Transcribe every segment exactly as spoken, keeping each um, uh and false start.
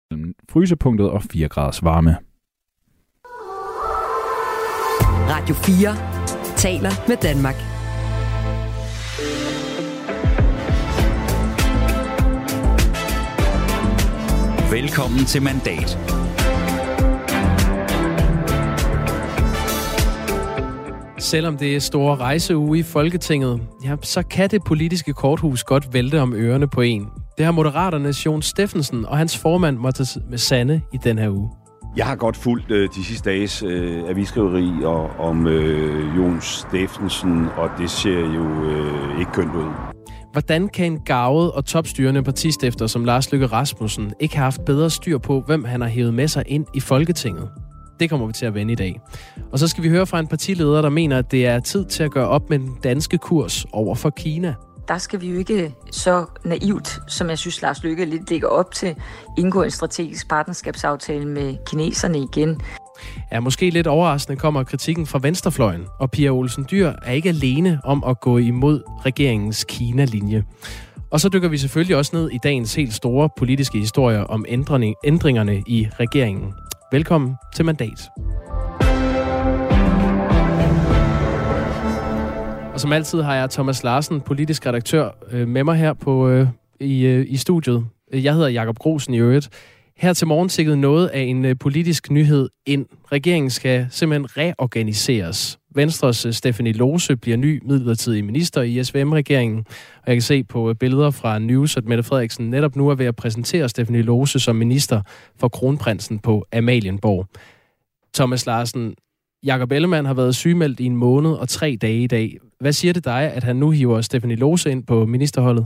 Frysepunktet og fire graders varme. Radio fire taler med Danmark. Velkommen til Mandat. Selvom det er store rejseuge i Folketinget, ja, så kan det politiske korthus godt vælte om ørerne på en. Det har Moderaternes Jon Stephensen og hans formand måtte med sande i den her uge. Jeg har godt fulgt øh, de sidste dages øh, avisskriveri og, om øh, Jon Stephensen, og det ser jo øh, ikke kønt ud. Hvordan kan en garvet og topstyrende partistifter som Lars Løkke Rasmussen ikke have haft bedre styr på, hvem han har hævet med sig ind i Folketinget? Det kommer vi til at vende i dag. Og så skal vi høre fra en partileder, der mener, at det er tid til at gøre op med den danske kurs over for Kina. Der skal vi jo ikke så naivt, som jeg synes, Lars Løkke lidt lægger op til, indgå en strategisk partnerskabsaftale med kineserne igen. Ja, måske lidt overraskende kommer kritikken fra venstrefløjen, og Pia Olsen Dyhr er ikke alene om at gå imod regeringens Kina-linje. Og så dykker vi selvfølgelig også ned i dagens helt store politiske historier om ændringerne i regeringen. Velkommen til Mandat. Og som altid har jeg Thomas Larsen, politisk redaktør, med mig her på, øh, i, øh, i studiet. Jeg hedder Jakob Grosen i øvrigt. Her til morgen tikkede noget af en øh, politisk nyhed ind. Regeringen skal simpelthen reorganiseres. Venstres øh, Stephanie Lose bliver ny midlertidig minister i S V M-regeringen. Og jeg kan se på øh, billeder fra News, at Mette Frederiksen netop nu er ved at præsentere Stephanie Lose som minister for kronprinsen på Amalienborg. Thomas Larsen, Jakob Ellemann har været sygemeldt i en måned og tre dage i dag. Hvad siger det dig, at han nu hiver Stephanie Lose ind på ministerholdet?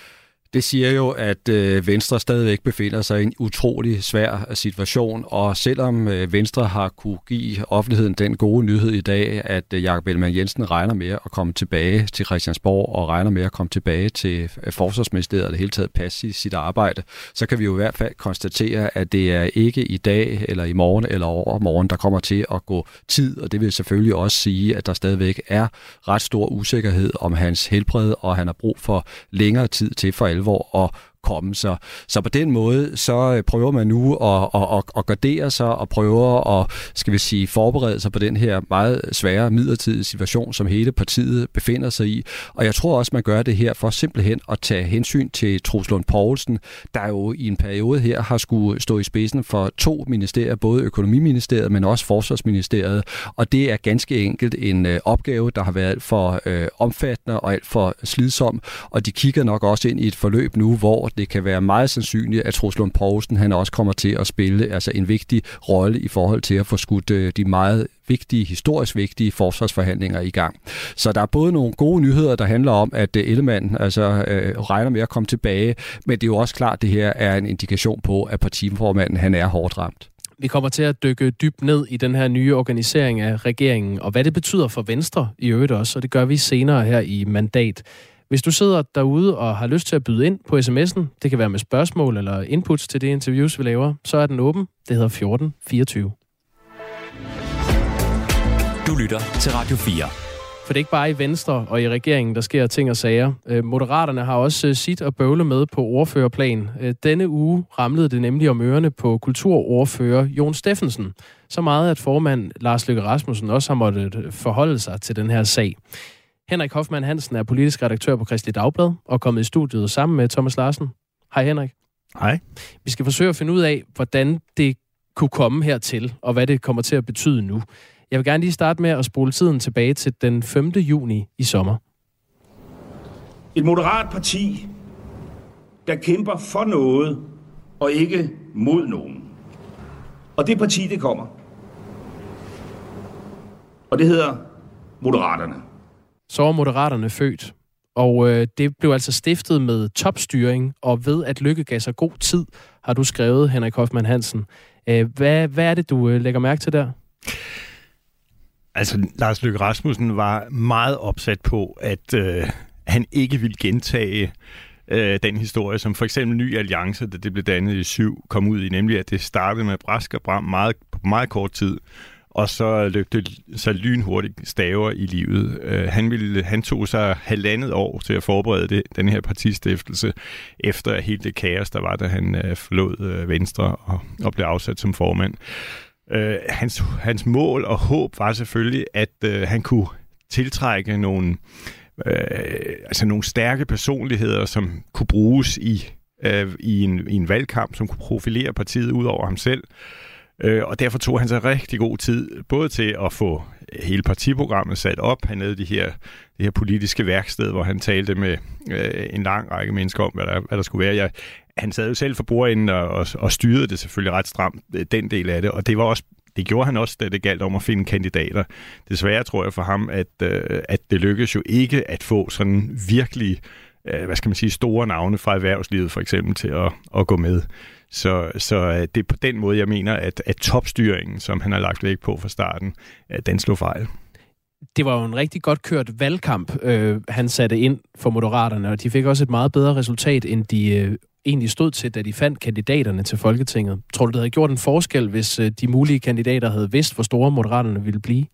Det siger jo, at øh, Venstre stadigvæk befinder sig i en utrolig svær situation, og selvom øh, Venstre har kunne give offentligheden den gode nyhed i dag, at øh, Jakob Ellemann-Jensen regner med at komme tilbage til Christiansborg og regner med at komme tilbage til øh, Forsvarsministeriet og det hele taget passe i sit arbejde, så kan vi jo i hvert fald konstatere, at det er ikke i dag eller i morgen eller overmorgen, der kommer til at gå tid, og det vil selvfølgelig også sige, at der stadigvæk er ret stor usikkerhed om hans helbred, og han har brug for længere tid til for alvor at komme sig. Så på den måde, så prøver man nu at, at, at gardere sig og prøver at, skal vi sige, forberede sig på den her meget svære midlertidige situation, som hele partiet befinder sig i. Og jeg tror også, man gør det her for simpelthen at tage hensyn til Troels Lund Poulsen, der jo i en periode her har skulle stå i spidsen for to ministerier, både Økonomiministeriet, men også Forsvarsministeriet. Og det er ganske enkelt en øh, opgave, der har været alt for øh, omfattende og alt for slidsom. Og de kigger nok også ind i et forløb nu, hvor det kan være meget sandsynligt, at Troels Lund Poulsen han også kommer til at spille altså en vigtig rolle i forhold til at få skudt de meget vigtige, historisk vigtige forsvarsforhandlinger i gang. Så der er både nogle gode nyheder, der handler om, at Ellemann altså, øh, regner med at komme tilbage, men det er jo også klart, at det her er en indikation på, at partiformanden han er hårdt ramt. Vi kommer til at dykke dybt ned i den her nye organisering af regeringen, og hvad det betyder for Venstre i øvrigt også, og det gør vi senere her i Mandat. Hvis du sidder derude og har lyst til at byde ind på sms'en, det kan være med spørgsmål eller inputs til det interviews, vi laver, så er den åben. Det hedder fjorten fireogtyve. Du lytter til Radio fire. For det er ikke bare i Venstre og i regeringen, der sker ting og sager. Moderaterne har også sit og bøvle med på ordførerplan. Denne uge ramlede det nemlig om ørerne på kulturordfører Jon Stephensen. Så meget, at formand Lars Løkke Rasmussen også har måttet forholde sig til den her sag. Henrik Hoffmann Hansen er politisk redaktør på Kristeligt Dagblad og kommet i studiet sammen med Thomas Larsen. Hej Henrik. Hej. Vi skal forsøge at finde ud af, hvordan det kunne komme hertil, og hvad det kommer til at betyde nu. Jeg vil gerne lige starte med at spole tiden tilbage til den femte juni i sommer. Et moderat parti, der kæmper for noget og ikke mod nogen. Og det parti, det kommer. Og det hedder Moderaterne. Så er Moderaterne født, og øh, det blev altså stiftet med topstyring, og ved at Løkke gav sig god tid, har du skrevet, Henrik Hoffmann Hansen. Øh, hvad, hvad er det, du øh, lægger mærke til der? Altså, Lars Løkke Rasmussen var meget opsat på, at øh, han ikke ville gentage øh, den historie, som for eksempel Ny Alliance, da det blev dannet i syv, kom ud i, nemlig at det startede med brask og bram meget, på meget kort tid. og så løb det så lynhurtigt staver i livet. Øh, han, ville, han tog sig halvandet år til at forberede det, den her partistiftelse, efter hele det kaos, der var, da han øh, forlod øh, Venstre og, og blev afsat som formand. Øh, hans, hans mål og håb var selvfølgelig, at øh, han kunne tiltrække nogle, øh, altså nogle stærke personligheder, som kunne bruges i, øh, i, en, i en valgkamp, som kunne profilere partiet ud over ham selv. Øh, og derfor tog han sig rigtig god tid, både til at få hele partiprogrammet sat op. Han havde de her, de her politiske værksted, hvor han talte med øh, en lang række mennesker om, hvad der, hvad der skulle være. Jeg, han sad jo selv for bordenden og, og, og styrede det selvfølgelig ret stramt, den del af det. Og det var også Det gjorde han også, da det galt om at finde kandidater. Desværre tror jeg for ham, at, øh, at det lykkedes jo ikke at få sådan virkelig, øh, hvad skal man sige, store navne fra erhvervslivet for eksempel til at, at gå med. Så, så det er på den måde, jeg mener, at, at topstyringen, som han har lagt vægt på fra starten, at den slog fejl. Det var jo en rigtig godt kørt valgkamp, øh, han satte ind for Moderaterne, og de fik også et meget bedre resultat, end de øh, egentlig stod til, da de fandt kandidaterne til Folketinget. Tror du, det havde gjort en forskel, hvis øh, de mulige kandidater havde vidst, hvor store Moderaterne ville blive?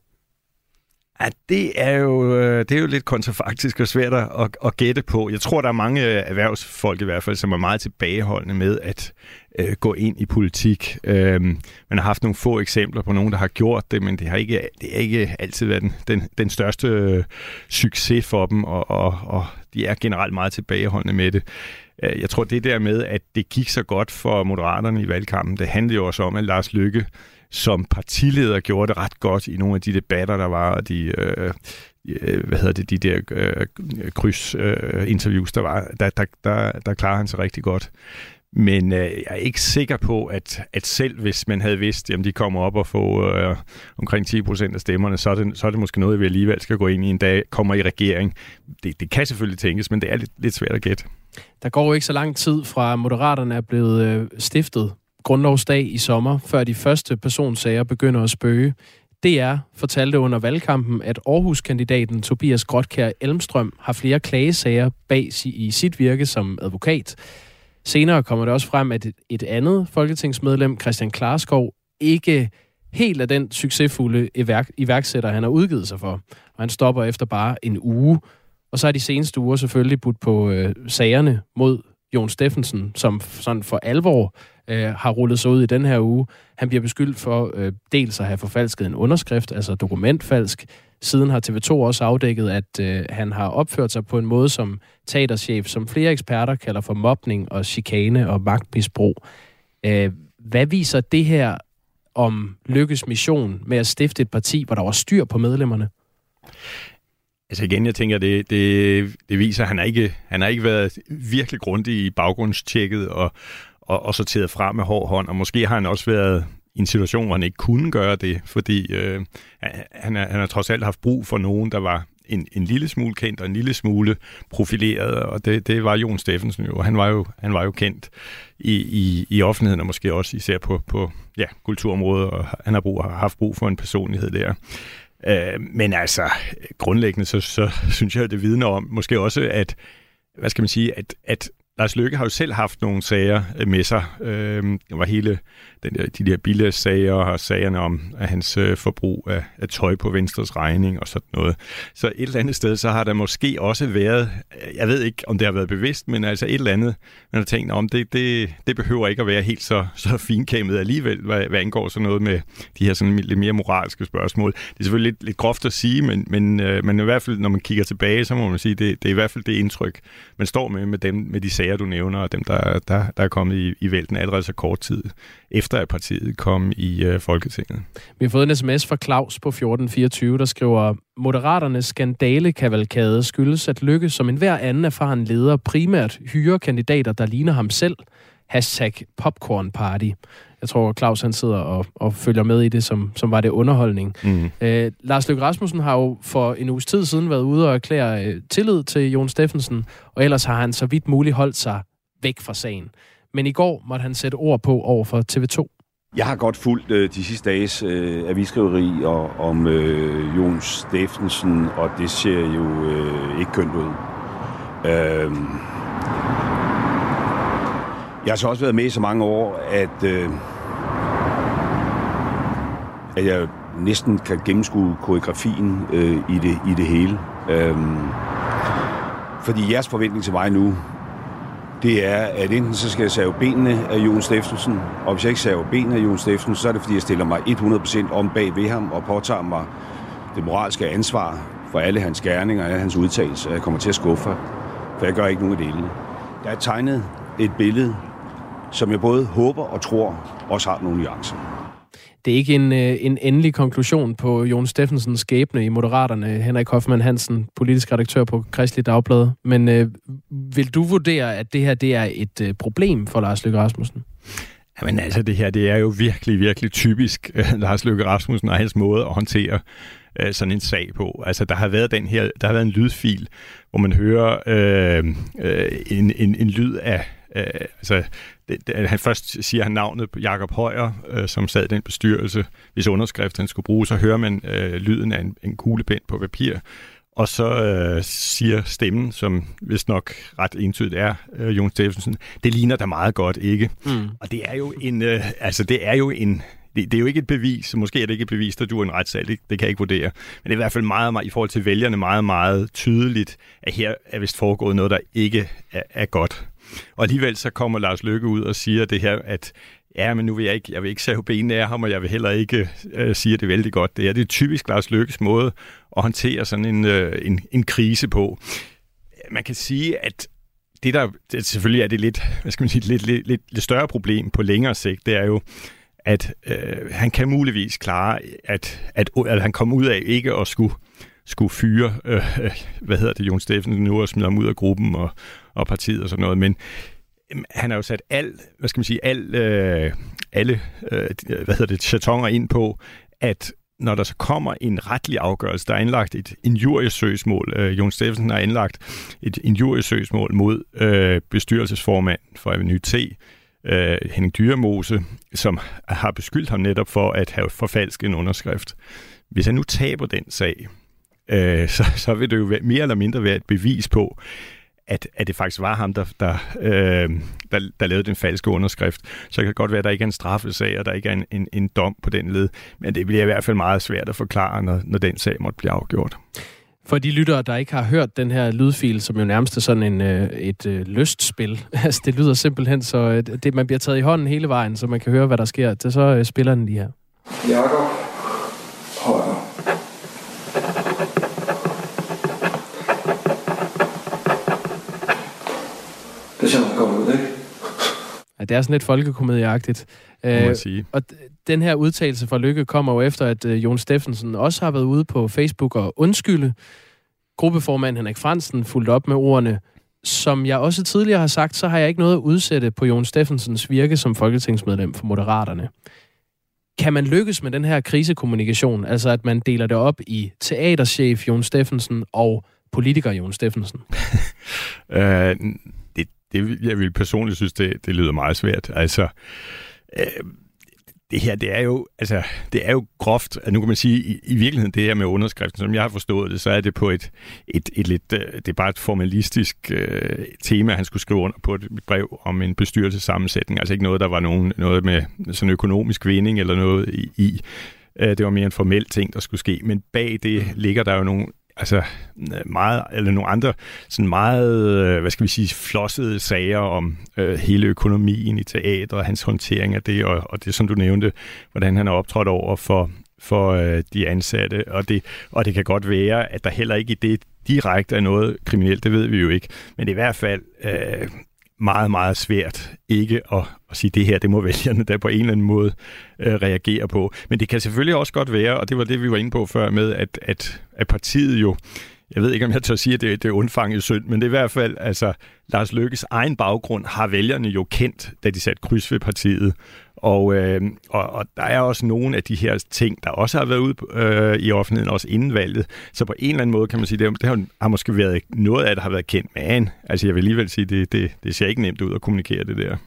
Ja, det er jo, det er jo lidt kontrafaktisk og svært at, at gætte på. Jeg tror, der er mange erhvervsfolk i hvert fald, som er meget tilbageholdende med at øh, gå ind i politik. Øh, man har haft nogle få eksempler på nogen, der har gjort det, men det har ikke, det har ikke altid været den, den, den største øh, succes for dem, og, og, og de er generelt meget tilbageholdende med det. Jeg tror, det der med, at det gik så godt for Moderaterne i valgkampen, det handlede jo også om, at Lars Løkke som partileder gjorde det ret godt i nogle af de debatter, der var, og de, øh, hvad hedder det, de der øh, krydsinterviews, øh, der var. Der, der, der, der klarer han sig rigtig godt. Men øh, jeg er ikke sikker på, at, at selv hvis man havde vidst, at de kommer op og får øh, omkring ti procent af stemmerne, så er, det, så er det måske noget, vi alligevel skal gå ind i en dag, kommer i regering. Det, det kan selvfølgelig tænkes, men det er lidt, lidt svært at gætte. Der går jo ikke så lang tid fra Moderaterne er blevet øh, stiftet grundlovsdag i sommer, før de første personsager begynder at spøge. D R fortalte under valgkampen, at Aarhus-kandidaten Tobias Grotkjær Elmstrøm har flere klagesager bag i sit virke som advokat. Senere kommer det også frem, at et andet folketingsmedlem, Christian Klarskov, ikke helt af den succesfulde iværk- iværksætter, han har udgivet sig for. Og han stopper efter bare en uge. Og så er de seneste uger selvfølgelig budt på øh, sagerne mod Jon Steffensen, som sådan for alvor øh, har rullet sig ud i den her uge. Han bliver beskyldt for øh, dels at have forfalsket en underskrift, altså dokumentfalsk. Siden har T V to også afdækket, at øh, han har opført sig på en måde som teaterchef, som flere eksperter kalder for mobning og chikane og magtmisbrug. Øh, hvad viser det her om Løkkes mission med at stifte et parti, hvor der var styr på medlemmerne? Altså igen, jeg tænker, det, det, det viser, at han har ikke, han har ikke været virkelig grundig i baggrundstjekket og, og, og sorteret fra med hård hånd, og måske har han også været i en situation, hvor han ikke kunne gøre det, fordi øh, han, er, han har trods alt haft brug for nogen, der var en, en lille smule kendt og en lille smule profileret, og det, det var Jon Steffensen jo. Han var jo, han var jo kendt i, i, i offentligheden, og måske også især på, på ja, kulturområdet, og han har, brug, har haft brug for en personlighed der. Øh, men altså, grundlæggende, så, så synes jeg, det vidner om, måske også, at, hvad skal man sige, at, at Lars Løkke har jo selv haft nogle sager med sig. Øh, det var hele den der, de der bilagssager og sagerne om at hans øh, forbrug af, af tøj på Venstres regning og sådan noget. Så et eller andet sted, så har der måske også været, jeg ved ikke, om det har været bevidst, men altså et eller andet, man har tænkt om, det, det, det behøver ikke at være helt så, så finkæmmet alligevel, hvad, hvad angår sådan noget med de her sådan lidt mere moralske spørgsmål. Det er selvfølgelig lidt, lidt groft at sige, men, men, øh, men i hvert fald, når man kigger tilbage, så må man sige, det, det er i hvert fald det indtryk, man står med med, dem, med de sager, du nævner, og dem, der, der, der er kommet i, i vælten allerede så kort tid, efter at partiet kom i øh, Folketinget. Vi har fået en sms fra Claus på fjorten fireogtyve, der skriver, Moderaternes skandalekavalkade skyldes, at Løkke som enhver anden erfaren leder primært hyrer kandidater, der ligner ham selv. Hashtag popcorn party. Jeg tror, Claus han sidder og, og følger med i det, som, som var det underholdning. Mm. Øh, Lars Løkke Rasmussen har jo for en uges tid siden været ude og erklære øh, tillid til Jon Steffensen, og ellers har han så vidt muligt holdt sig væk fra sagen. Men i går måtte han sætte ord på over for T V to. Jeg har godt fulgt øh, de sidste dages øh, avisskriveri og, om øh, Jon Steffensen, og det ser jo øh, ikke kønt ud. Øh, jeg har så også været med i så mange år, at, øh, at jeg næsten kan gennemskue koreografien øh, i, det, i det hele. Øhm, fordi jeres forventning til mig nu, det er, at enten så skal jeg save benene af Jon Steffensen, og hvis jeg ikke saver benene af Jon Steffensen, så er det, fordi jeg stiller mig hundrede procent om bag ved ham og påtager mig det moralske ansvar for alle hans gerninger og alle hans udtalelser. Jeg kommer til at skuffe, for jeg gør ikke nogen af delene. Der er tegnet et billede, som jeg både håber og tror også har nogle nuancer. Det er ikke en, en endelig konklusion på Jon Steffensens skæbne i Moderaterne, Henrik Hoffmann Hansen, politisk redaktør på Kristeligt Dagblad. Men øh, vil du vurdere, at det her det er et øh, problem for Lars Løkke Rasmussen? Jamen altså, det her det er jo virkelig, virkelig typisk uh, Lars Løkke Rasmussen og hans måde at håndtere uh, sådan en sag på. Altså, der har været den her, der har været en lydfil, hvor man hører uh, uh, en, en, en lyd af Uh, altså, det, det, han først siger han navnet på Jakob Højer, uh, som sad i den bestyrelse, hvis underskrift han skulle bruge, så hører man uh, lyden af en, en kuglepen på papir, og så uh, siger stemmen, som vist nok ret entydigt er uh, Jon Steffensen, det ligner da meget godt, ikke? Mm. Og det er jo en, uh, altså det er jo en, det, det er jo ikke et bevis, måske er det ikke et bevis, der du er en retssag, det, det kan jeg ikke vurdere, men det er i hvert fald meget, meget, i forhold til vælgerne, meget, meget tydeligt, at her er vist foregået noget, der ikke er, er godt. Og alligevel så kommer Lars Løkke ud og siger det her, at ja, men nu vil jeg ikke, jeg vil ikke save benene af ham, og jeg vil heller ikke øh, sige, at det er vældig godt. Det er, det er typisk Lars Løkkes måde at håndtere sådan en, øh, en, en krise på. Man kan sige, at det der, det, selvfølgelig er det lidt, hvad skal man sige, lidt, lidt, lidt, lidt større problem på længere sigt, det er jo, at øh, han kan muligvis klare, at, at, at han kommer ud af ikke at skulle skulle fyre, øh, hvad hedder det, Jon Steffensen nu, og smide ham ud af gruppen og, og partiet og sådan noget, men øh, han har jo sat al, hvad skal man sige, al, øh, alle, øh, hvad hedder det, chatonger ind på, at når der så kommer en retlig afgørelse, der er anlagt et injuriesøgsmål, øh, Jon Steffensen har anlagt et injuriesøgsmål mod øh, bestyrelsesformand for Aveny T, øh, Henning Dyremose, som har beskyldt ham netop for at have forfalsket en underskrift. Hvis han nu taber den sag, Øh, så, så vil det jo være, mere eller mindre være et bevis på, at, at det faktisk var ham, der, der, øh, der, der lavede den falske underskrift. Så kan det godt være, at der ikke er en straffesag, og der ikke er en, en, en dom på den led. Men det bliver i hvert fald meget svært at forklare, når, når den sag måtte blive afgjort. For de lyttere, der ikke har hørt den her lydfil, som jo nærmest er sådan en, øh, et øh, lystspil. Altså, det lyder simpelthen så, øh, det, man bliver taget i hånden hele vejen, så man kan høre, hvad der sker. Det så øh, spiller den lige her. Jakob Højer. Det ser godt ud, ikke? Ja, det er sådan lidt folkekomedieagtigt. Øh, sige. Og d- den her udtalelse fra Løkke kommer jo efter, at øh, Jon Steffensen også har været ude på Facebook og undskylde. Gruppeformand Henrik Frandsen fulgte op med ordene, som jeg også tidligere har sagt, så har jeg ikke noget at udsætte på Jon Steffensens virke som folketingsmedlem for Moderaterne. Kan man lykkes med den her krisekommunikation, altså at man deler det op i teaterchef Jon Steffensen og politiker Jon Steffensen? øh, det, det, jeg vil personligt synes, det, det lyder meget svært. Altså, øh, det her, det er jo, altså, det er jo groft. Nu kan man sige, i, i virkeligheden, det her med underskriften, som jeg har forstået det, så er det på et, et, et lidt, det er bare et formalistisk øh, tema, han skulle skrive under på et brev om en bestyrelsesammensætning. Altså ikke noget, der var nogen, noget med sådan økonomisk vinding eller noget i. i. Det var mere en formel ting, der skulle ske. Men bag det ligger der jo nogle altså meget, eller nogle andre sådan meget, hvad skal vi sige, flossede sager om øh, hele økonomien i teatret, hans håndtering af det, og, og det, som du nævnte, hvordan han har optrådt over for, for øh, de ansatte, og det, og det kan godt være, at der heller ikke i det direkte er noget kriminelt, det ved vi jo ikke, men det er i hvert fald øh, meget, meget svært ikke at, at sige, det her, det må vælgerne der på en eller anden måde øh, reagere på. Men det kan selvfølgelig også godt være, og det var det, vi var inde på før med, at, at, at partiet jo, jeg ved ikke, om jeg tør sige, at det, det er undfanget synd, men det er i hvert fald, altså, Lars Løkkes egen baggrund har vælgerne jo kendt, da de satte kryds ved partiet. Og, øh, og, og der er også nogle af de her ting, der også har været ude øh, i offentligheden, også inden valget. Så på en eller anden måde kan man sige, det, det har, har måske været noget af det, har været kendt, men altså jeg vil alligevel sige, det, det, det ser ikke nemt ud at kommunikere det der.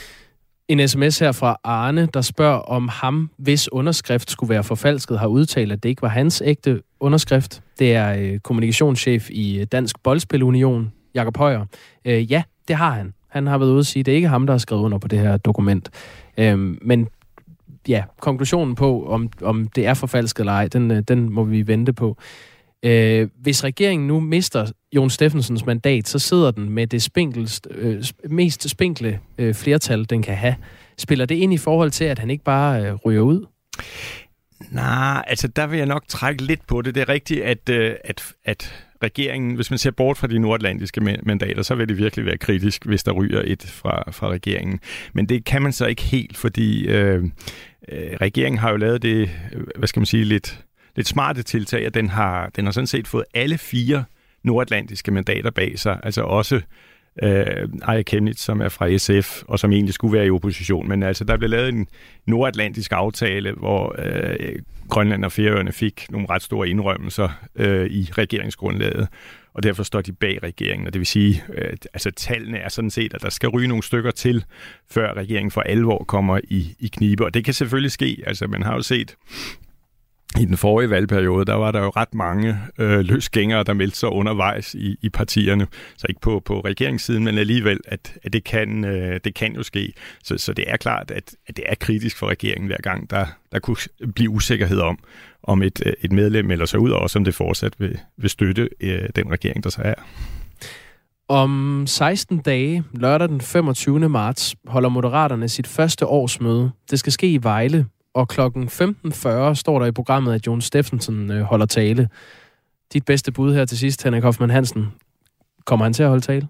En sms her fra Arne, der spørger, om ham, hvis underskrift skulle være forfalsket, har udtalt, at det ikke var hans ægte underskrift. Det er øh, kommunikationschef i Dansk Boldspil Union, Jakob Højer. Øh, ja, det har han. Han har været ude at sige, at det ikke er ham, der har skrevet under på det her dokument. Øhm, men ja, konklusionen på, om, om det er forfalsket eller ej, den, den må vi vente på. Øh, hvis regeringen nu mister Jon Stephensens mandat, så sidder den med det spinkelst, øh, mest spinkle øh, flertal, den kan have. Spiller det ind i forhold til, at han ikke bare øh, ryger ud? Nej, altså der vil jeg nok trække lidt på det. Det er rigtigt, at, at, at regeringen, hvis man ser bort fra de nordatlantiske mandater, så vil det virkelig være kritisk, hvis der ryger et fra, fra regeringen. Men det kan man så ikke helt, fordi øh, øh, regeringen har jo lavet det, hvad skal man sige, lidt, lidt smarte tiltag, at den har, den har sådan set fået alle fire nordatlantiske mandater bag sig, altså også Øh, Aaja Chemnitz, som er fra S F, og som egentlig skulle være i opposition. Men altså, der blev lavet en nordatlantisk aftale, hvor øh, Grønland og Færøerne fik nogle ret store indrømmelser øh, i regeringsgrundlaget, og derfor står de bag regeringen. Og det vil sige, øh, altså tallene er sådan set, at der skal ryge nogle stykker til, før regeringen for alvor kommer i, i knibe. Og det kan selvfølgelig ske. Altså, man har jo set i den forrige valgperiode, der var der jo ret mange øh, løsgængere, der meldte sig undervejs i, i partierne. Så ikke på, på regeringssiden, men alligevel, at, at det, kan, øh, det kan jo ske. Så, så det er klart, at, at det er kritisk for regeringen hver gang, der, der kunne blive usikkerhed om, om et, et medlem melder sig ud, og også om det fortsat vil, vil støtte øh, den regering, der så er. Om seksten dage, lørdag den femogtyvende marts, holder Moderaterne sit første årsmøde. Det skal ske i Vejle. Og klokken femten fyrre står der i programmet, at Jon Stephensen øh, holder tale. Dit bedste bud her til sidst, Henrik Hoffmann Hansen. Kommer han til at holde tale?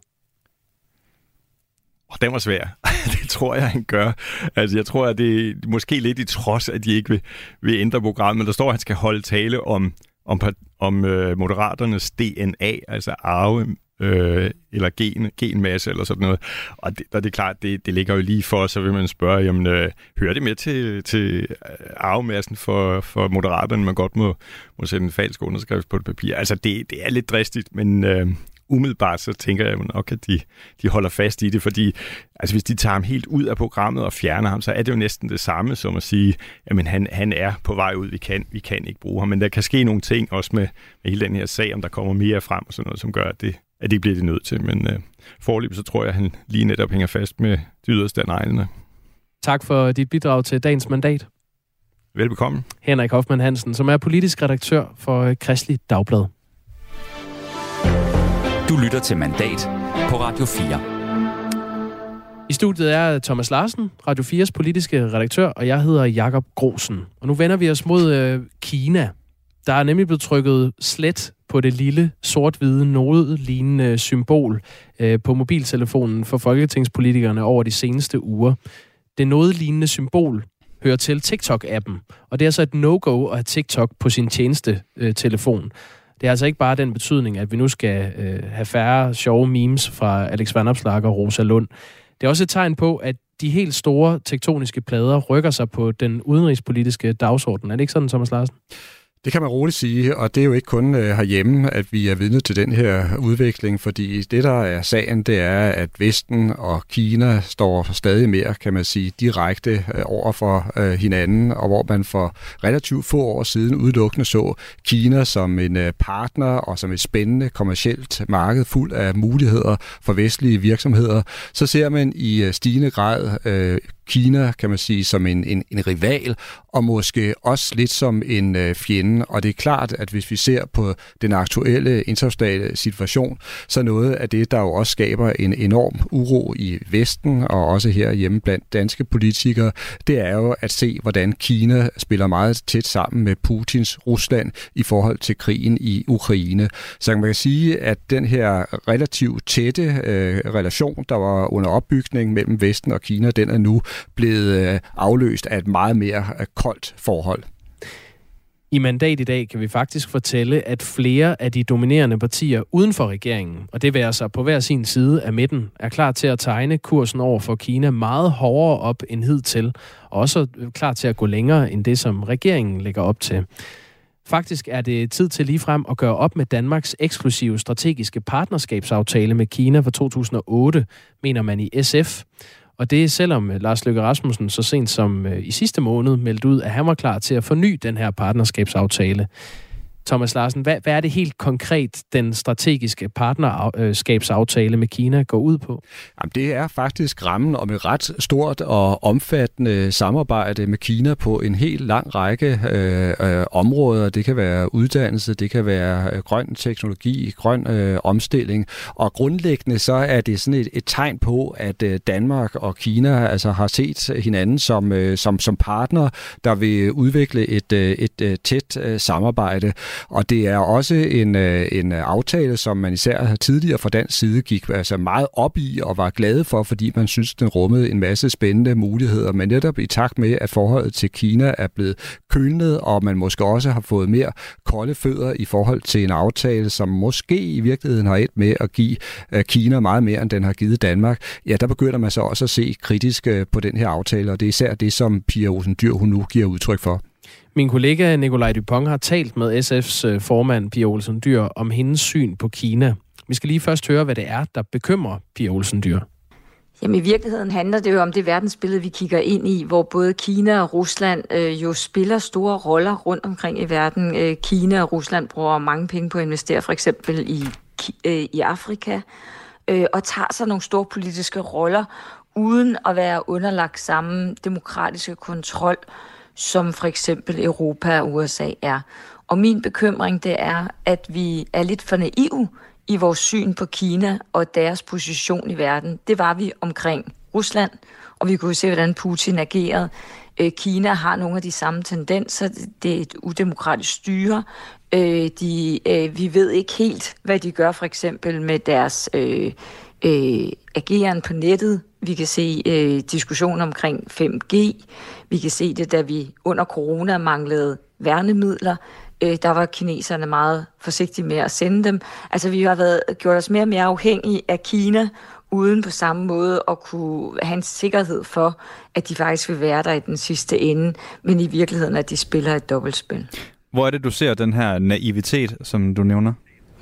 Oh, den var svær. Det tror jeg, han gør. Altså, jeg tror, at det er måske lidt i trods, at de ikke vil, vil ændre programmet. Der står, at han skal holde tale om, om, om øh, Moderaternes D N A, altså arve, øh, eller gen, genmasse, eller sådan noget. Og det, og det er klart, det, det ligger jo lige for, så vil man spørge, jamen, øh, hører det med til, til arvemassen for, for Moderaterne, man godt må, må sætte en falsk underskrift på et papir? Altså, det, det er lidt dristigt, men øh, umiddelbart så tænker jeg nok, at de, de holder fast i det, fordi altså, hvis de tager ham helt ud af programmet og fjerner ham, så er det jo næsten det samme som at sige, jamen han, han er på vej ud, vi kan, vi kan ikke bruge ham. Men der kan ske nogle ting også med, med hele den her sag, om der kommer mere frem og sådan noget, som gør, at det, at det bliver de nødt til. Men øh, foreløbig så tror jeg, at han lige netop hænger fast med de yderste af neglene. Tak for dit bidrag til dagens mandat. Velbekomme. Henrik Hoffmann Hansen, som er politisk redaktør for Kristelig Dagblad. Du lytter til Mandat på Radio fire. I studiet er Thomas Larsen, Radio fires politiske redaktør, og jeg hedder Jakob Grosen. Og nu vender vi os mod øh, Kina. Der er nemlig blevet trykket slet på det lille, sort-hvide, node-lignende symbol øh, på mobiltelefonen for folketingspolitikerne over de seneste uger. Det node-lignende symbol hører til TikTok-appen, og det er altså et no-go at have TikTok på sin tjeneste øh, telefon. Det er altså ikke bare den betydning, at vi nu skal øh, have færre sjove memes fra Alex Vanopslagh og Rosa Lund. Det er også et tegn på, at de helt store tektoniske plader rykker sig på den udenrigspolitiske dagsorden. Er det ikke sådan, Thomas Larsen? Det kan man roligt sige, og det er jo ikke kun øh, herhjemme, at vi er vidne til den her udvikling, fordi det, der er sagen, det er, at Vesten og Kina står stadig mere, kan man sige, direkte øh, over for øh, hinanden, og hvor man for relativt få år siden udelukkende så Kina som en øh, partner og som et spændende kommercielt marked fuld af muligheder for vestlige virksomheder, så ser man i øh, stigende grad øh, Kina, kan man sige, som en, en, en rival, og måske også lidt som en øh, fjende. Og det er klart, at hvis vi ser på den aktuelle internationale situation, så noget af det, der jo også skaber en enorm uro i Vesten, og også her hjemme blandt danske politikere, det er jo at se, hvordan Kina spiller meget tæt sammen med Putins Rusland i forhold til krigen i Ukraine. Så man kan sige, at den her relativt tætte øh, relation, der var under opbygning mellem Vesten og Kina, den er nu blevet afløst af et meget mere koldt forhold. I Mandat i dag kan vi faktisk fortælle, at flere af de dominerende partier uden for regeringen, og det vil altså på hver sin side af midten, er klar til at tegne kursen over for Kina meget hårdere op end hidtil, og også klar til at gå længere end det, som regeringen lægger op til. Faktisk er det tid til ligefrem at gøre op med Danmarks eksklusive strategiske partnerskabsaftale med Kina fra to tusind og otte, mener man i S F. Og det er selvom Lars Løkke Rasmussen så sent som i sidste måned meldte ud, at han var klar til at forny den her partnerskabsaftale. Thomas Larsen, hvad, hvad er det helt konkret, den strategiske partnerskabsaftale med Kina går ud på? Jamen, det er faktisk rammen om et ret stort og omfattende samarbejde med Kina på en helt lang række øh, øh, områder. Det kan være uddannelse, det kan være øh, grøn teknologi, grøn øh, omstilling. Og grundlæggende så er det sådan et, et tegn på, at øh, Danmark og Kina altså har set hinanden som, øh, som, som partner, der vil udvikle et, øh, et, et tæt øh, samarbejde. Og det er også en, en aftale, som man især tidligere fra dansk side gik altså meget op i og var glade for, fordi man synes, den rummede en masse spændende muligheder. Men netop i takt med, at forholdet til Kina er blevet kølnet, og man måske også har fået mere kolde fødder i forhold til en aftale, som måske i virkeligheden har endt med at give Kina meget mere, end den har givet Danmark, ja, der begynder man så også at se kritisk på den her aftale, og det er især det, som Pia Olsen Dyhr hun nu giver udtryk for. Min kollega Nikolaj Dupont har talt med S F's formand Pia Olsen Dyhr om hendes syn på Kina. Vi skal lige først høre, hvad det er, der bekymrer Pia Olsen Dyhr. Jamen i virkeligheden handler det jo om det verdensbillede, vi kigger ind i, hvor både Kina og Rusland øh, jo spiller store roller rundt omkring i verden. Øh, Kina og Rusland bruger mange penge på at investere for eksempel i, øh, i Afrika, øh, og tager sig nogle store politiske roller, uden at være underlagt samme demokratiske kontrol, som for eksempel Europa og U S A er. Og min bekymring, det er, at vi er lidt for naive i vores syn på Kina og deres position i verden. Det var vi omkring Rusland, og vi kunne se, hvordan Putin agerede. Kina har nogle af de samme tendenser. Det er et udemokratisk styre. De, vi ved ikke helt, hvad de gør for eksempel med deres øh, øh, ageren på nettet. Vi kan se øh, diskussioner omkring fem G. Vi kan se det, da vi under corona manglede værnemidler. Øh, der var kineserne meget forsigtige med at sende dem. Altså vi har været, gjort os mere og mere afhængige af Kina, uden på samme måde at kunne have en sikkerhed for, at de faktisk vil være der i den sidste ende, men i virkeligheden, at de spiller et dobbeltspil. Hvor er det, du ser den her naivitet, som du nævner?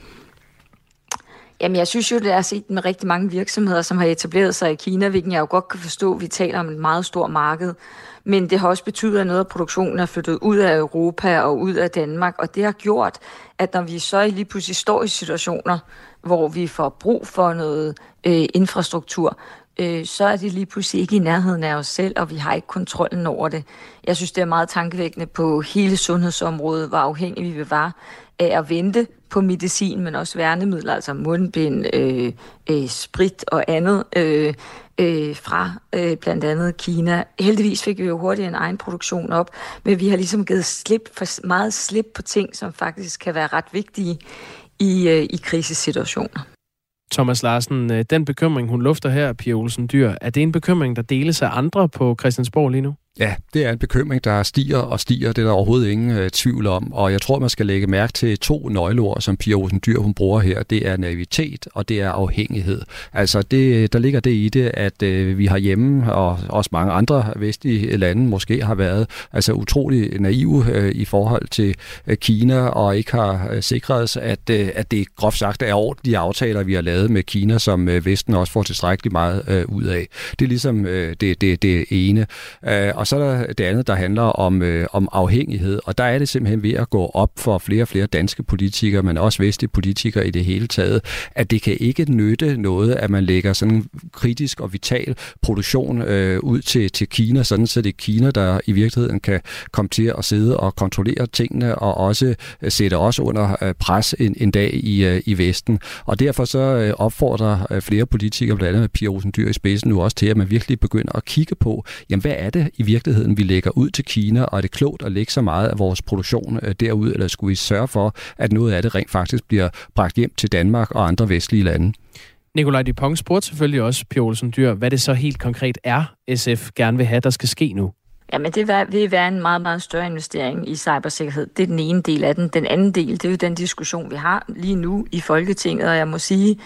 Jamen, jeg synes jo, det er set med rigtig mange virksomheder, som har etableret sig i Kina, hvilken jeg jo godt kan forstå, at vi taler om et meget stort marked. Men det har også betydet, at noget af produktionen er flyttet ud af Europa og ud af Danmark, og det har gjort, at når vi så lige pludselig står i situationer, hvor vi får brug for noget øh, infrastruktur, øh, så er det lige pludselig ikke i nærheden af os selv, og vi har ikke kontrollen over det. Jeg synes, det er meget tankevækkende på hele sundhedsområdet, hvor afhængige vi var af at vente på medicin, men også værnemidler, altså mundbind, øh, øh, sprit og andet øh, øh, fra øh, blandt andet Kina. Heldigvis fik vi jo hurtigt en egen produktion op, men vi har ligesom givet slip for, meget slip på ting, som faktisk kan være ret vigtige i, øh, i krisesituationer. Thomas Larsen, den bekymring, hun lufter her, Pia Olsen Dyhr, er det en bekymring, der deles af andre på Christiansborg lige nu? Ja, det er en bekymring, der stiger og stiger. Det er der overhovedet ingen øh, tvivl om. Og jeg tror, man skal lægge mærke til to nøgleord, som Pia Olsen Dyhr hun bruger her. Det er naivitet, og det er afhængighed. Altså, det, der ligger det i det, at øh, vi har hjemme, og også mange andre vestlige lande måske har været altså utrolig naive øh, i forhold til øh, Kina, og ikke har øh, sikret sig, at, øh, at det groft sagt er ordentlige aftaler, vi har lavet med Kina, som øh, Vesten også får tilstrækkeligt meget øh, ud af. Det er ligesom øh, det, det, det ene. Øh, og så er der det andet, der handler om, øh, om afhængighed, og der er det simpelthen ved at gå op for flere og flere danske politikere, men også vestlige politikere i det hele taget, at det kan ikke nytte noget, at man lægger sådan en kritisk og vital produktion øh, ud til, til Kina, sådan så det er Kina, der i virkeligheden kan komme til at sidde og kontrollere tingene, og også øh, sætte os under øh, pres en, en dag i, øh, i Vesten. Og derfor så øh, opfordrer øh, flere politikere, blandt andet med Pia Olsen Dyhr i spidsen nu også til, at man virkelig begynder at kigge på, jamen hvad er det i virkeligheden, vi lægger ud til Kina, og er det klogt at lægge så meget af vores produktion derud, eller skulle vi sørge for, at noget af det rent faktisk bliver bragt hjem til Danmark og andre vestlige lande? Nikolaj Dupont spurgte selvfølgelig også Pia Olsen Dyhr, hvad det så helt konkret er, S F gerne vil have, der skal ske nu. Jamen det vil være en meget, meget større investering i cybersikkerhed. Det er den ene del af den. Den anden del, det er jo den diskussion, vi har lige nu i Folketinget, og jeg må sige,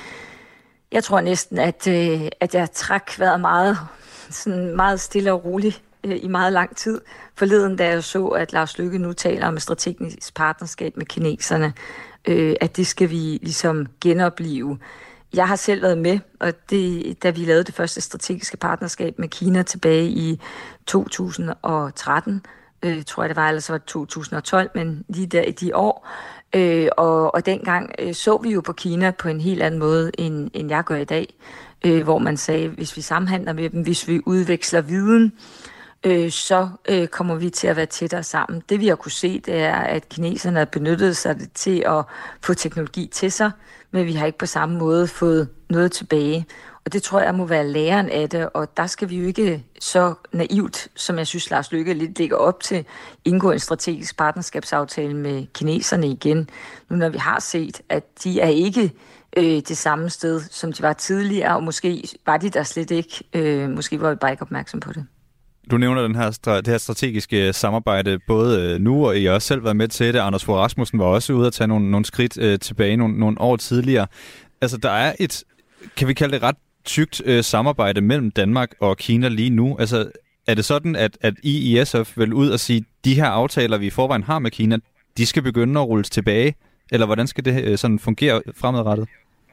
jeg tror næsten, at, at jeg træk været meget, sådan meget stille og roligt i meget lang tid. Forleden, da jeg så, at Lars Løkke nu taler om et strategisk partnerskab med kineserne, øh, at det skal vi ligesom genopleve. Jeg har selv været med, og det, da vi lavede det første strategiske partnerskab med Kina tilbage i to tusind og tretten, øh, tror jeg det var, eller så var det to tusind og tolv, men lige der i de år. Øh, og, og dengang øh, så vi jo på Kina på en helt anden måde, end, end jeg gør i dag, øh, hvor man sagde, hvis vi samhandler med dem, hvis vi udveksler viden, øh, så øh, kommer vi til at være tættere sammen. Det vi har kunne se, det er, at kineserne har benyttet sig til at få teknologi til sig, men vi har ikke på samme måde fået noget tilbage. Og det tror jeg må være læren af det, og der skal vi jo ikke så naivt, som jeg synes Lars Løkke lidt lægger op til, indgå en strategisk partnerskabsaftale med kineserne igen. Nu når vi har set, at de er ikke øh, det samme sted, som de var tidligere, og måske var de der slet ikke. Øh, måske var vi bare ikke opmærksom på det. Du nævner den her, det her strategiske samarbejde både nu, og I har også selv været med til det. Anders Fogh Rasmussen var også ude at tage nogle, nogle skridt øh, tilbage nogle, nogle år tidligere. Altså der er et, kan vi kalde det ret tykt øh, samarbejde mellem Danmark og Kina lige nu. Altså, er det sådan, at, at I i S F vil ud og sige, de her aftaler, vi i forvejen har med Kina, de skal begynde at rulles tilbage? Eller hvordan skal det øh, sådan fungere fremadrettet?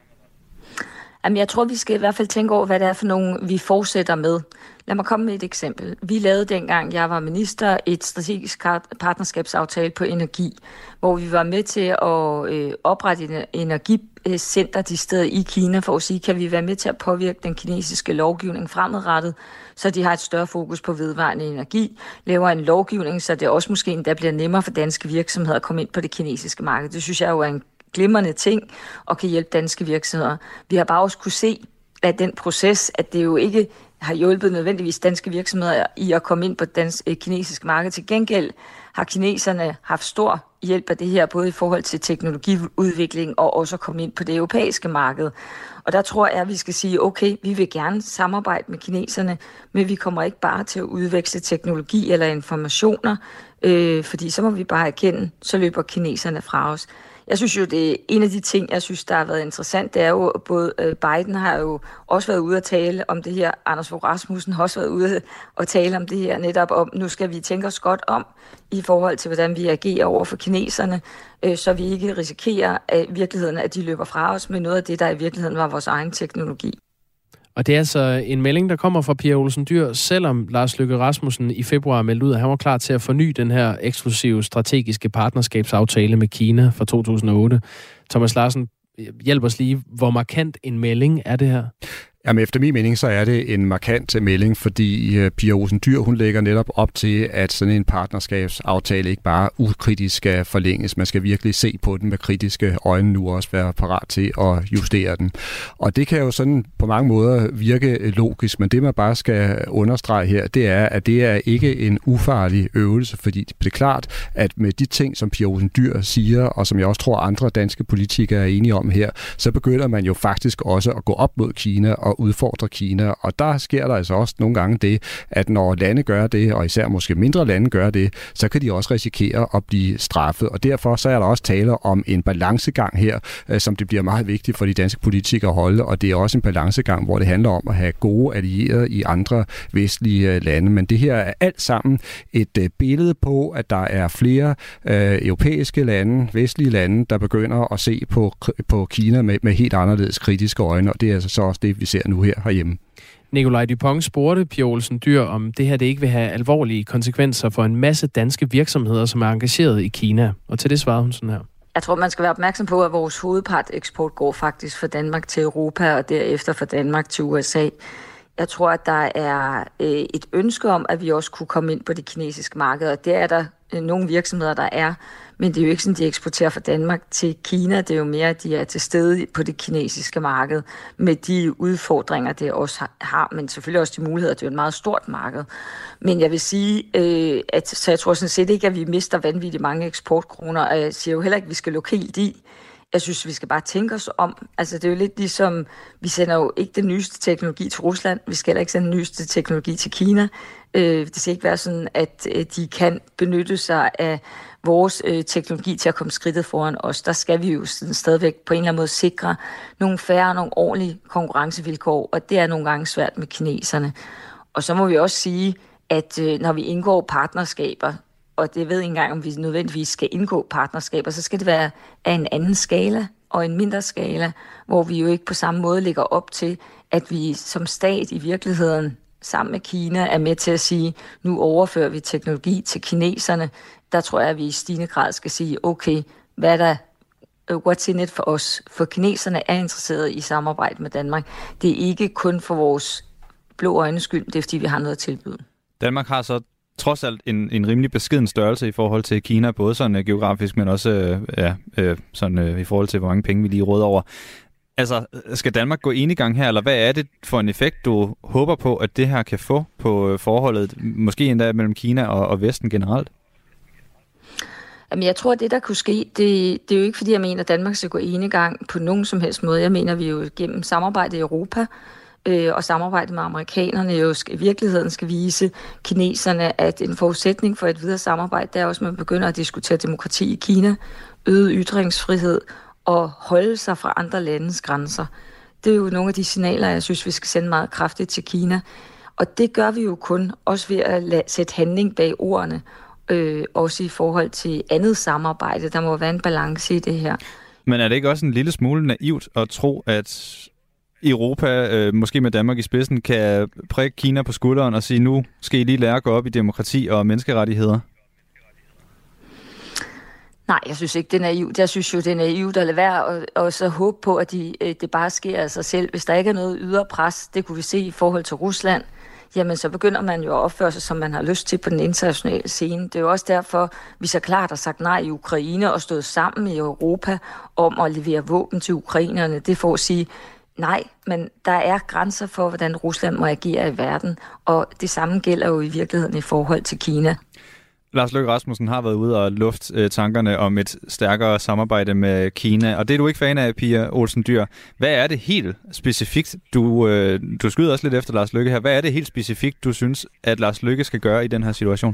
Jamen, jeg tror, vi skal i hvert fald tænke over, hvad det er for nogle, vi fortsætter med. Lad mig komme med et eksempel. Vi lavede dengang, jeg var minister, et strategisk partnerskabsaftale på energi, hvor vi var med til at øh, oprette et energicenter de steder i Kina, for at sige, kan vi være med til at påvirke den kinesiske lovgivning fremadrettet, så de har et større fokus på vedvarende energi, laver en lovgivning, så det også måske endda bliver nemmere for danske virksomheder at komme ind på det kinesiske marked. Det synes jeg jo er en glimrende ting og kan hjælpe danske virksomheder. Vi har bare også kunne se, at den proces, at det jo ikke har hjulpet nødvendigvis danske virksomheder i at komme ind på det kinesiske marked. Til gengæld har kineserne haft stor hjælp af det her, både i forhold til teknologiudvikling og også at komme ind på det europæiske marked. Og der tror jeg, at vi skal sige, okay, vi vil gerne samarbejde med kineserne, men vi kommer ikke bare til at udveksle teknologi eller informationer, øh, fordi så må vi bare erkende, så løber kineserne fra os. Jeg synes jo, det er en af de ting, jeg synes, der har været interessant, det er jo, både Biden har jo også været ude at tale om det her, Anders Fogh Rasmussen har også været ude at tale om det her, netop om, nu skal vi tænke os godt om i forhold til, hvordan vi agerer over for kineserne, så vi ikke risikerer at virkeligheden, at de løber fra os med noget af det, der i virkeligheden var vores egen teknologi. Og det er altså en melding, der kommer fra Pia Olsen Dyhr, selvom Lars Løkke Rasmussen i februar meldte ud, at han var klar til at forny den her eksklusive strategiske partnerskabsaftale med Kina fra to tusind og otte. Thomas Larsen, hjælp os lige, hvor markant en melding er det her? Jamen, efter min mening, så er det en markant melding, fordi uh, Pia Olsen Dyhr, hun lægger netop op til, at sådan en partnerskabsaftale ikke bare ukritisk skal forlænges. Man skal virkelig se på den med kritiske øjne nu, også være parat til at justere den. Og det kan jo sådan på mange måder virke logisk, men det man bare skal understrege her, det er, at det er ikke en ufarlig øvelse, fordi det er klart, at med de ting, som Pia Olsen Dyhr siger, og som jeg også tror, andre danske politikere er enige om her, så begynder man jo faktisk også at gå op mod Kina og og udfordre Kina. Og der sker der altså også nogle gange det, at når lande gør det, og især måske mindre lande gør det, så kan de også risikere at blive straffet. Og derfor så er der også tale om en balancegang her, som det bliver meget vigtigt for de danske politikere at holde, og det er også en balancegang, hvor det handler om at have gode allierede i andre vestlige lande. Men det her er alt sammen et billede på, at der er flere øh, europæiske lande, vestlige lande, der begynder at se på, på Kina med, med helt anderledes kritiske øjne, og det er altså så også det, vi ser nu her herhjemme. Nikolaj Dupont spurgte Pia Olsen Dyhr, om det her det ikke vil have alvorlige konsekvenser for en masse danske virksomheder, som er engageret i Kina. Og til det svarede hun sådan her. Jeg tror, man skal være opmærksom på, at vores hovedpart eksport går faktisk fra Danmark til Europa, og derefter fra Danmark til U S A. Jeg tror, at der er øh, et ønske om, at vi også kunne komme ind på det kinesiske marked, og det er der øh, nogle virksomheder, der er. Men det er jo ikke sådan, de eksporterer fra Danmark til Kina. Det er jo mere, at de er til stede på det kinesiske marked med de udfordringer, det også har. Men selvfølgelig også de muligheder. Det er jo et meget stort marked. Men jeg vil sige, øh, at så jeg tror sådan set ikke, at vi mister vanvittigt mange eksportkroner. Og jeg siger jo heller ikke, at vi skal lukke helt i. Jeg synes, vi skal bare tænke os om. Altså, det er jo lidt ligesom, vi sender jo ikke den nyeste teknologi til Rusland. Vi skal heller ikke sende den nyeste teknologi til Kina. Øh, det skal ikke være sådan, at øh, de kan benytte sig af vores øh, teknologi til at komme skridtet foran os. Der skal vi jo sådan stadigvæk på en eller anden måde sikre nogle færre og nogle ordentlige konkurrencevilkår, og det er nogle gange svært med kineserne. Og så må vi også sige, at øh, når vi indgår partnerskaber, og det ved ikke engang, om vi nødvendigvis skal indgå partnerskaber, så skal det være af en anden skala og en mindre skala, hvor vi jo ikke på samme måde lægger op til, at vi som stat i virkeligheden sammen med Kina er med til at sige, nu overfører vi teknologi til kineserne, der tror jeg, at vi i stigende grad skal sige, okay, hvad er der, what's in it for os? For kineserne er interesseret i samarbejde med Danmark. Det er ikke kun for vores blå øjnes skyld, det er fordi, vi har noget at tilbyde. Danmark har så trods alt en, en rimelig beskeden størrelse i forhold til Kina, både sådan uh, geografisk, men også uh, ja, uh, sådan, uh, i forhold til, hvor mange penge vi lige råder over. Altså, skal Danmark gå enegang her, eller hvad er det for en effekt, du håber på, at det her kan få på forholdet, måske endda mellem Kina og, og Vesten generelt? Jamen, jeg tror, at det, der kunne ske, det, det er jo ikke, fordi jeg mener, at Danmark skal gå enegang på nogen som helst måde. Jeg mener, vi jo gennem samarbejde i Europa øh, og samarbejde med amerikanerne jo skal, i virkeligheden skal vise kineserne, at en forudsætning for et videre samarbejde, det er også, at man begynder at diskutere demokrati i Kina, øget ytringsfrihed og holde sig fra andre landes grænser. Det er jo nogle af de signaler, jeg synes, vi skal sende meget kraftigt til Kina. Og det gør vi jo kun, også ved at lade, sætte handling bag ordene, øh, også i forhold til andet samarbejde. Der må være en balance i det her. Men er det ikke også en lille smule naivt at tro, at Europa, øh, måske med Danmark i spidsen, kan prikke Kina på skulderen og sige, nu skal I lige lære at gå op i demokrati og menneskerettigheder? Nej, jeg synes ikke, det er naivt. Jeg synes jo, det er naivt at lade være og, og så håbe på, at de, det bare sker af sig selv. Hvis der ikke er noget ydre pres, det kunne vi se i forhold til Rusland, jamen så begynder man jo at opføre sig, som man har lyst til på den internationale scene. Det er jo også derfor, vi så klart har sagt nej i Ukraine og stået sammen i Europa om at levere våben til ukrainerne. Det får at sige, nej, men der er grænser for, hvordan Rusland må agere i verden, og det samme gælder jo i virkeligheden i forhold til Kina. Lars Løkke Rasmussen har været ude og luft øh, tankerne om et stærkere samarbejde med Kina, og det er du ikke fan af, Pia Olsen Dyhr. Hvad er det helt specifikt, du, øh, du skyder også lidt efter Lars Løkke her, hvad er det helt specifikt, du synes, at Lars Løkke skal gøre i den her situation?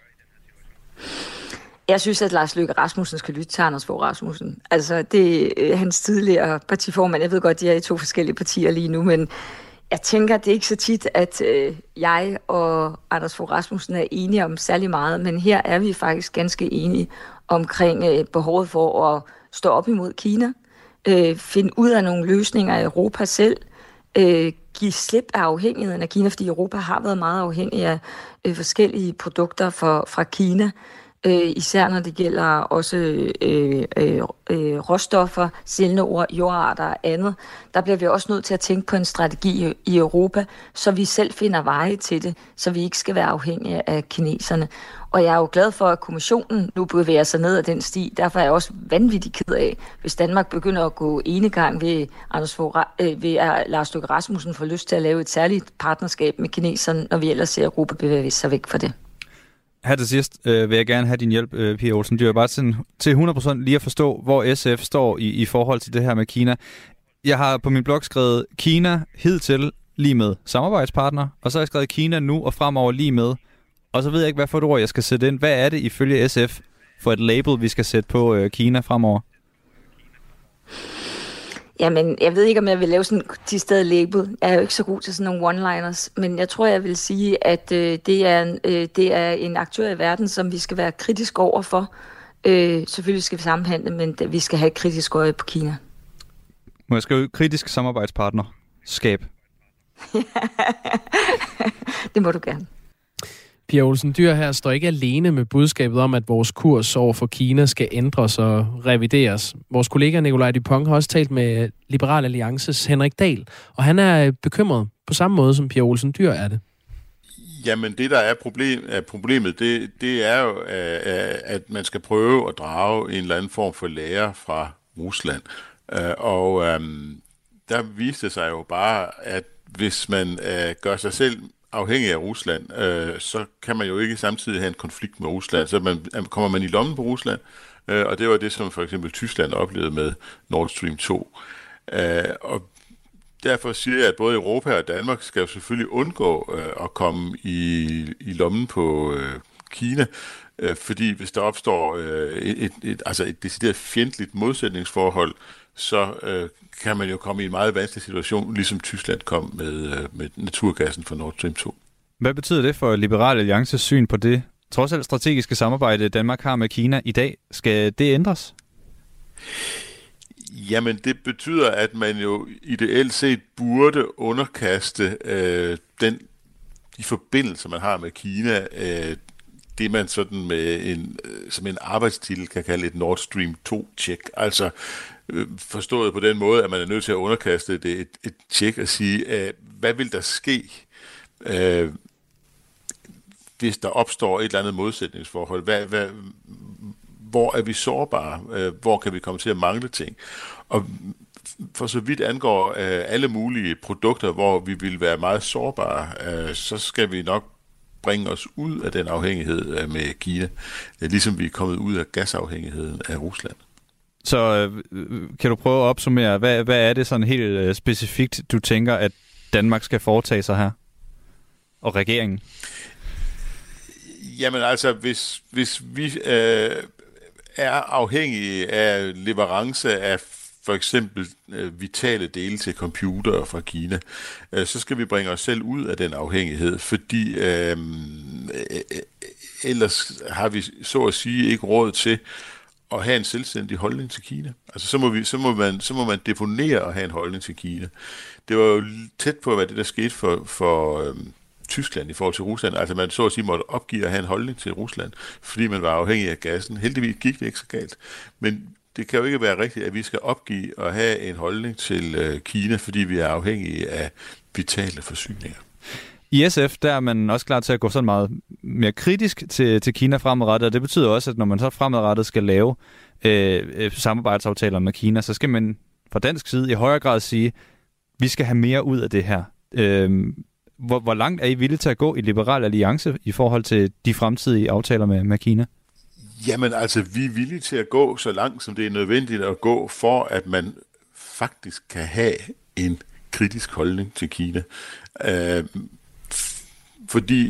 Jeg synes, at Lars Løkke Rasmussen skal lytte til Anders Fogh Rasmussen. Altså, det er hans tidligere partiformand. Jeg ved godt, de er i to forskellige partier lige nu, men jeg tænker, det er ikke så tit, at øh, jeg og Anders Fogh Rasmussen er enige om særlig meget, men her er vi faktisk ganske enige omkring øh, behovet for at stå op imod Kina, øh, finde ud af nogle løsninger i Europa selv, øh, give slip af afhængigheden af Kina, fordi Europa har været meget afhængig af øh, forskellige produkter for, fra Kina, øh, især når det gælder også øh, øh, øh, råstoffer, sjældne jordarter og andet. Der bliver vi også nødt til at tænke på en strategi i Europa, så vi selv finder veje til det, så vi ikke skal være afhængige af kineserne. Og jeg er jo glad for, at kommissionen nu bevæger sig ned ad den sti. Derfor er jeg også vanvittig ked af, hvis Danmark begynder at gå enegang ved, Anders Fogh, øh, ved at Lars Løkke Rasmussen får lyst til at lave et særligt partnerskab med kineserne, når vi ellers ser Europa bevæge sig væk fra det. Her til sidst øh, vil jeg gerne have din hjælp, øh, Pia Olsen Dyhr, bare til, til hundrede procent lige at forstå, hvor S F står i, i forhold til det her med Kina. Jeg har på min blog skrevet Kina hidtil lige med samarbejdspartner, og så har jeg skrevet Kina nu og fremover lige med, og så ved jeg ikke, hvad for et ord jeg skal sætte ind. Hvad er det ifølge S F for et label, vi skal sætte på øh, Kina fremover? Jamen, jeg ved ikke, om jeg vil lave sådan et sted label. Jeg er jo ikke så god til sådan nogle one-liners, men jeg tror, jeg vil sige, at øh, det, er en, øh, det er en aktør i verden, som vi skal være kritisk over for. Øh, selvfølgelig skal vi sammenhandle, men vi skal have et kritisk øje på Kina. Må jeg skrive kritisk samarbejdspartnerskab? Det må du gerne. Pia Olsen Dyhr her står ikke alene med budskabet om, at vores kurs over for Kina skal ændres og revideres. Vores kollega Nikolaj Dupont har også talt med Liberal Alliances Henrik Dahl, og han er bekymret på samme måde, som Pia Olsen Dyhr er det. Jamen det, der er, problem, er problemet, det, det er jo, at man skal prøve at drage en eller anden form for lære fra Rusland. Og der viste sig jo bare, at hvis man gør sig selv afhængig af Rusland, øh, så kan man jo ikke samtidig have en konflikt med Rusland. Så man, kommer man i lommen på Rusland, øh, og det var det, som for eksempel Tyskland oplevede med Nord Stream to. Øh, og derfor siger jeg, at både Europa og Danmark skal jo selvfølgelig undgå øh, at komme i, i lommen på øh, Kina, øh, fordi hvis der opstår øh, et, et, et, altså et decideret fjendtligt modsætningsforhold, så øh, kan man jo komme i en meget vanskelig situation, ligesom Tyskland kom med, øh, med naturgassen fra Nord Stream to. Hvad betyder det for Liberal Alliances syn på det, trods alt strategiske samarbejde, Danmark har med Kina i dag? Skal det ændres? Jamen, det betyder, at man jo ideelt set burde underkaste øh, den de forbindelser, man har med Kina, øh, det man sådan med en, øh, som en arbejdstitel kan kalde et Nord Stream to-tjek. Altså øh, forstået på den måde, at man er nødt til at underkaste det et, et tjek og sige, øh, hvad vil der ske, øh, hvis der opstår et eller andet modsætningsforhold? Hvad, hvad, hvor er vi sårbare? Øh, hvor kan vi komme til at mangle ting? Og for så vidt angår øh, alle mulige produkter, hvor vi vil være meget sårbare, øh, så skal vi nok bringe os ud af den afhængighed øh, med Kina, øh, ligesom vi er kommet ud af gasafhængigheden af Rusland. Så øh, kan du prøve at opsummere, hvad, hvad er det sådan helt øh, specifikt, du tænker, at Danmark skal foretage sig her? Og regeringen? Jamen altså, hvis, hvis vi øh, er afhængige af leverance af for eksempel øh, vitale dele til computer fra Kina, øh, så skal vi bringe os selv ud af den afhængighed, fordi øh, øh, ellers har vi så at sige ikke råd til at have en selvstændig holdning til Kina. Altså så må, vi, så må, man, så må man deponere og have en holdning til Kina. Det var jo tæt på, hvad det der skete for, for øh, Tyskland i forhold til Rusland. Altså man så at sige måtte opgive at have en holdning til Rusland, fordi man var afhængig af gassen. Heldigvis gik det ikke så galt. Men det kan jo ikke være rigtigt, at vi skal opgive og have en holdning til øh, Kina, fordi vi er afhængige af vitale forsyninger. I S F, der er man også klar til at gå sådan meget mere kritisk til, til Kina fremadrettet, og det betyder også, at når man så fremadrettet skal lave øh, samarbejdsaftaler med Kina, så skal man fra dansk side i højere grad sige, vi skal have mere ud af det her. Øh, hvor, hvor langt er I villige til at gå i Liberal Alliance i forhold til de fremtidige aftaler med, med Kina? Jamen altså, vi er villige til at gå så langt, som det er nødvendigt at gå, for at man faktisk kan have en kritisk holdning til Kina. Øh, fordi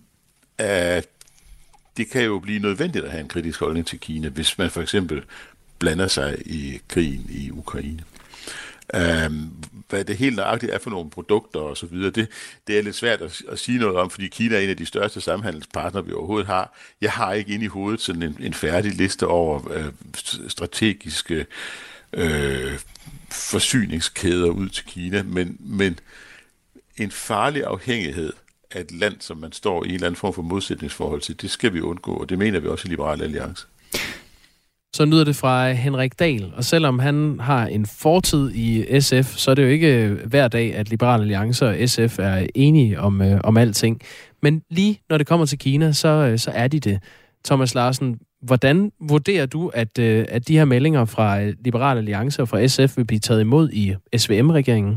øh, det kan jo blive nødvendigt at have en kritisk holdning til Kina, hvis man for eksempel blander sig i krigen i Ukraine. Um, hvad det helt nøjagtigt er for nogle produkter og så videre, det, det er lidt svært at, at sige noget om, fordi Kina er en af de største samhandelspartnere, vi overhovedet har. Jeg har ikke inde i hovedet sådan en, en færdig liste over øh, strategiske øh, forsyningskæder ud til Kina, men, men en farlig afhængighed af et land, som man står i en eller anden form for modsætningsforhold til, det skal vi undgå, og det mener vi også i Liberal Alliance. Så lyder det fra Henrik Dahl, og selvom han har en fortid i S F, så er det jo ikke hver dag, at Liberal Alliance og S F er enige om, øh, om alting. Men lige når det kommer til Kina, så, øh, så er de det. Thomas Larsen, hvordan vurderer du, at, øh, at de her meldinger fra Liberal Alliance og fra S F vil blive taget imod i S V M-regeringen?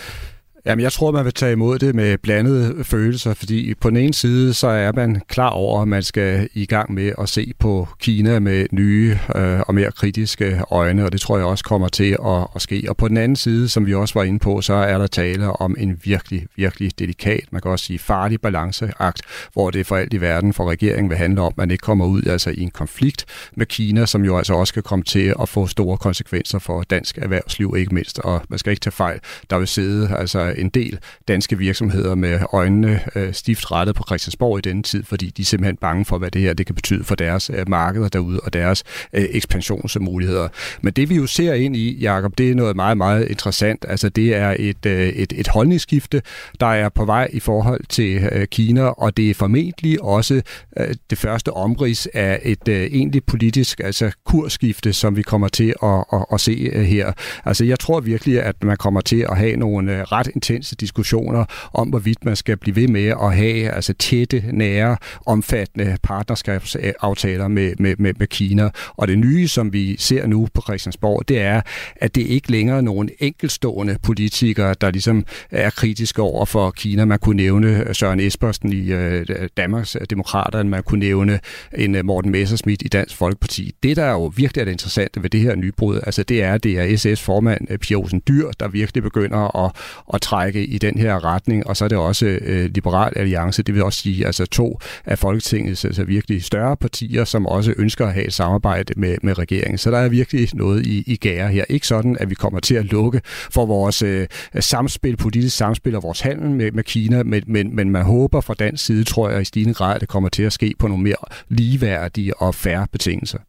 Jamen, jeg tror, man vil tage imod det med blandede følelser, fordi på den ene side, så er man klar over, at man skal i gang med at se på Kina med nye øh, og mere kritiske øjne, og det tror jeg også kommer til at, at ske. Og på den anden side, som vi også var inde på, så er der tale om en virkelig, virkelig delikat, man kan også sige farlig balanceakt, hvor det for alt i verden for regeringen vil handle om, at man ikke kommer ud altså i en konflikt med Kina, som jo altså også kan komme til at få store konsekvenser for dansk erhvervsliv, ikke mindst. Og man skal ikke tage fejl, der vil sidde altså en del danske virksomheder med øjnene øh, stift rettet på Christiansborg i denne tid, fordi de er simpelthen bange for, hvad det her det kan betyde for deres øh, markeder derude og deres øh, ekspansionsmuligheder. Men det vi jo ser ind i, Jakob, det er noget meget, meget interessant. Altså det er et, øh, et, et holdningsskifte, der er på vej i forhold til øh, Kina, og det er formentlig også øh, det første omrids af et øh, egentlig politisk altså kursskifte, som vi kommer til at, at, at se øh, her. Altså jeg tror virkelig, at man kommer til at have nogle øh, ret intense diskussioner om, hvorvidt man skal blive ved med at have altså tætte, nære, omfattende partnerskabsaftaler med, med, med, med Kina. Og det nye, som vi ser nu på Christiansborg, det er, at det ikke længere er nogen enkeltstående politikere, der ligesom er kritiske over for Kina. Man kunne nævne Søren Espersen i øh, Danmarks Demokraterne, man kunne nævne en uh, Morten Messerschmidt i Dansk Folkeparti. Det, der er jo virkelig er det interessante ved det her nybrud, altså det er, det er S F's formand, Pia Olsen Dyhr, der virkelig begynder at, at trække i den her retning, og så er det også øh, Liberal Alliance, det vil også sige altså to af Folketingets altså virkelig større partier, som også ønsker at have et samarbejde med, med regeringen. Så der er virkelig noget i, i gære her. Ikke sådan, at vi kommer til at lukke for vores øh, samspil, politisk samspil og vores handel med, med Kina, men, men, men man håber fra dansk side, tror jeg, i stigende grad, at det kommer til at ske på nogle mere ligeværdige og fair betingelser.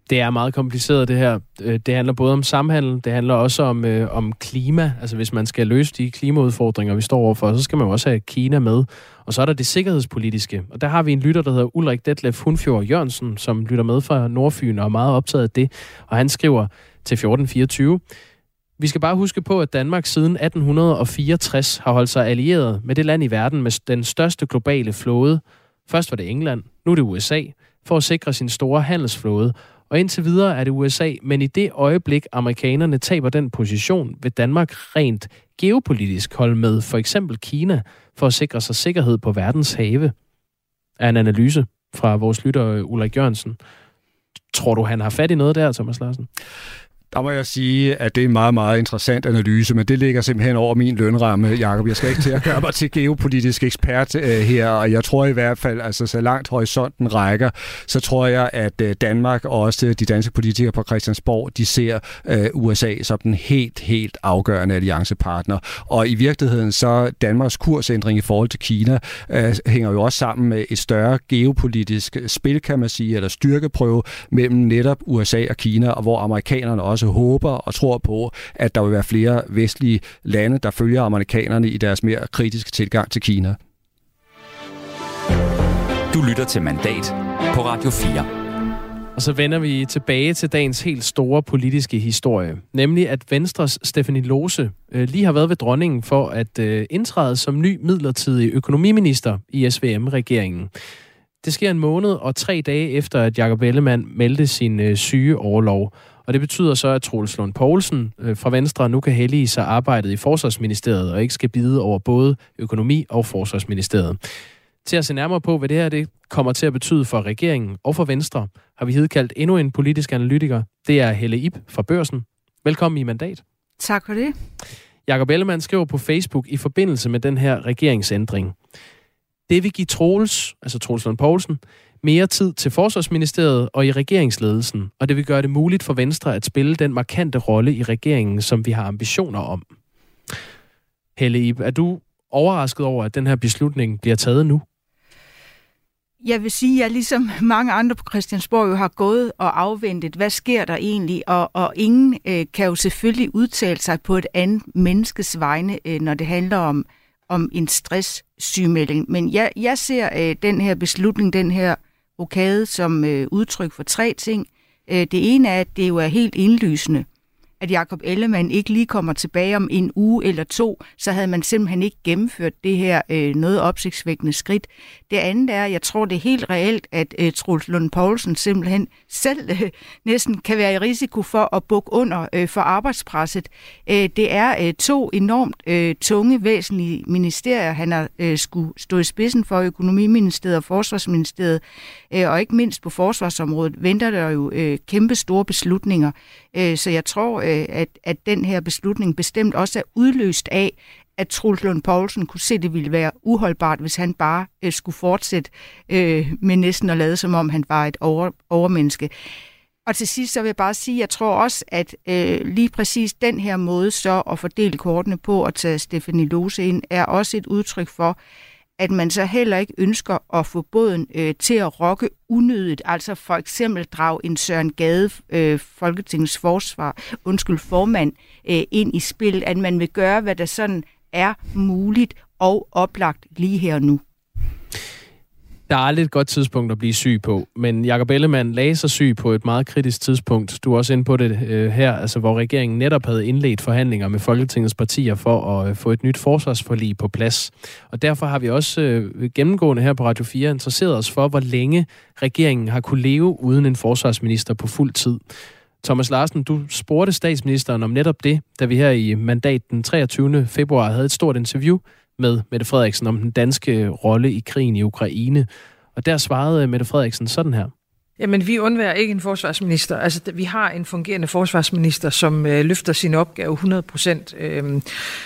Det er meget kompliceret, det her. Det handler både om samhandel, det handler også om, øh, om klima. Altså hvis man skal løse de klimaudfordringer, vi står overfor, så skal man jo også have Kina med. Og så er der det sikkerhedspolitiske. Og der har vi en lytter, der hedder Ulrik Detlef Hundfjord Jørgensen, som lytter med fra Nordfyn og er meget optaget af det. Og han skriver til fjorten fireogtyve: Vi skal bare huske på, at Danmark siden atten fireogtres har holdt sig allieret med det land i verden med den største globale flåde. Først var det England, nu er det U S A, for at sikre sin store handelsflåde. Og indtil videre er det U S A, men i det øjeblik, amerikanerne taber den position, vil Danmark rent geopolitisk holde med for eksempel Kina, for at sikre sig sikkerhed på verdens have. Er en analyse fra vores lytter Ulrik Jørgensen. Tror du, han har fat i noget der, Thomas Larsen? Der må jeg sige, at det er en meget, meget interessant analyse, men det ligger simpelthen over min lønramme, Jacob. Jeg skal ikke til at gøre mig til geopolitisk ekspert uh, her, og jeg tror i hvert fald, altså så langt horisonten rækker, så tror jeg, at uh, Danmark og også de danske politikere på Christiansborg, de ser uh, U S A som den helt, helt afgørende alliancepartner. Og i virkeligheden så Danmarks kursændring i forhold til Kina uh, hænger jo også sammen med et større geopolitisk spil, kan man sige, eller styrkeprøve mellem netop U S A og Kina, og hvor amerikanerne også også håber og tror på, at der vil være flere vestlige lande, der følger amerikanerne i deres mere kritiske tilgang til Kina. Du lytter til Mandat på Radio fire. Og så vender vi tilbage til dagens helt store politiske historie. Nemlig at Venstres Stephanie Lose øh, lige har været ved dronningen for at øh, indtræde som ny midlertidig økonomiminister i S V M-regeringen. Det sker en måned og tre dage efter, at Jakob Ellemann meldte sin øh, sygeorlov. Og det betyder så, at Troels Lund Poulsen øh, fra Venstre nu kan hellige sig arbejdet i Forsvarsministeriet og ikke skal bide over både økonomi- og Forsvarsministeriet. Til at se nærmere på, hvad det her det kommer til at betyde for regeringen og for Venstre, har vi hidkaldt endnu en politisk analytiker. Det er Helle Ib fra Børsen. Velkommen i Mandat. Tak for det. Jakob Ellemann skriver på Facebook i forbindelse med den her regeringsændring: Det vil give Troels, altså Troels Lund Poulsen, mere tid til Forsvarsministeriet og i regeringsledelsen, og det vil gøre det muligt for Venstre at spille den markante rolle i regeringen, som vi har ambitioner om. Helle Ib, er du overrasket over, at den her beslutning bliver taget nu? Jeg vil sige, at jeg ligesom mange andre på Christiansborg jo har gået og afventet, hvad sker der egentlig, og, og ingen øh, kan jo selvfølgelig udtale sig på et andet menneskes vegne, øh, når det handler om, om en stresssygemelding. Men jeg, jeg ser øh, den her beslutning, den her rokade, som øh, udtryk for tre ting. Øh, det ene er, at det jo er helt indlysende, at Jakob Ellemann ikke lige kommer tilbage om en uge eller to, så havde man simpelthen ikke gennemført det her øh, noget opsigtsvækkende skridt. Det andet er, at jeg tror, det er helt reelt, at øh, Troels Lund Poulsen simpelthen selv øh, næsten kan være i risiko for at bukke under øh, for arbejdspresset. Øh, det er øh, to enormt øh, tunge, væsentlige ministerier, han har øh, skulle stå i spidsen for, Økonomiministeriet og Forsvarsministeriet, øh, og ikke mindst på forsvarsområdet venter der jo øh, kæmpe store beslutninger. Øh, så jeg tror, At, at den her beslutning bestemt også er udløst af, at Troels Lund Poulsen kunne se, at det ville være uholdbart, hvis han bare øh, skulle fortsætte øh, med næsten at lade, som om han var et over, overmenneske. Og til sidst så vil jeg bare sige, at jeg tror også, at øh, lige præcis den her måde så at fordele kortene på og tage Stephanie Lose ind, er også et udtryk for, at man så heller ikke ønsker at få båden øh, til at rokke unødigt, altså for eksempel drage en Søren Gade, øh, Folketingets forsvar, undskyld, formand, øh, ind i spillet, at man vil gøre, hvad der sådan er muligt og oplagt lige her nu. Der er aldrig et godt tidspunkt at blive syg på, men Jakob Ellemann lagde sig syg på et meget kritisk tidspunkt. Du er også inde på det øh, her, altså hvor regeringen netop havde indledt forhandlinger med Folketingets partier for at øh, få et nyt forsvarsforlig på plads. Og derfor har vi også øh, gennemgående her på Radio fire interesseret os for, hvor længe regeringen har kunne leve uden en forsvarsminister på fuld tid. Thomas Larsen, du spurgte statsministeren om netop det, da vi her i Mandat den treogtyvende februar havde et stort interview med Mette Frederiksen om den danske rolle i krigen i Ukraine. Og der svarede Mette Frederiksen sådan her. Jamen, vi undværer ikke en forsvarsminister. Altså, vi har en fungerende forsvarsminister, som øh, løfter sin opgave hundrede procent. Øh,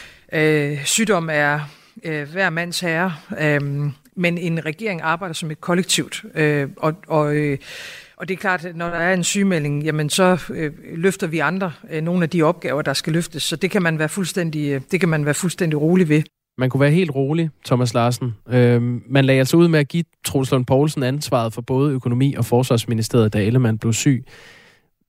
øh, sygdom er øh, hver mands herre, øh, men en regering arbejder som et kollektivt. Øh, og, og, øh, og det er klart, at når der er en sygemelding, jamen så øh, løfter vi andre øh, nogle af de opgaver, der skal løftes. Så det kan man være fuldstændig, øh, det kan man være fuldstændig rolig ved. Man kunne være helt rolig, Thomas Larsen. Øhm, man lagde altså ud med at give Troels Lund Poulsen ansvaret for både økonomi og forsvarsministeriet, da Ellemann blev syg.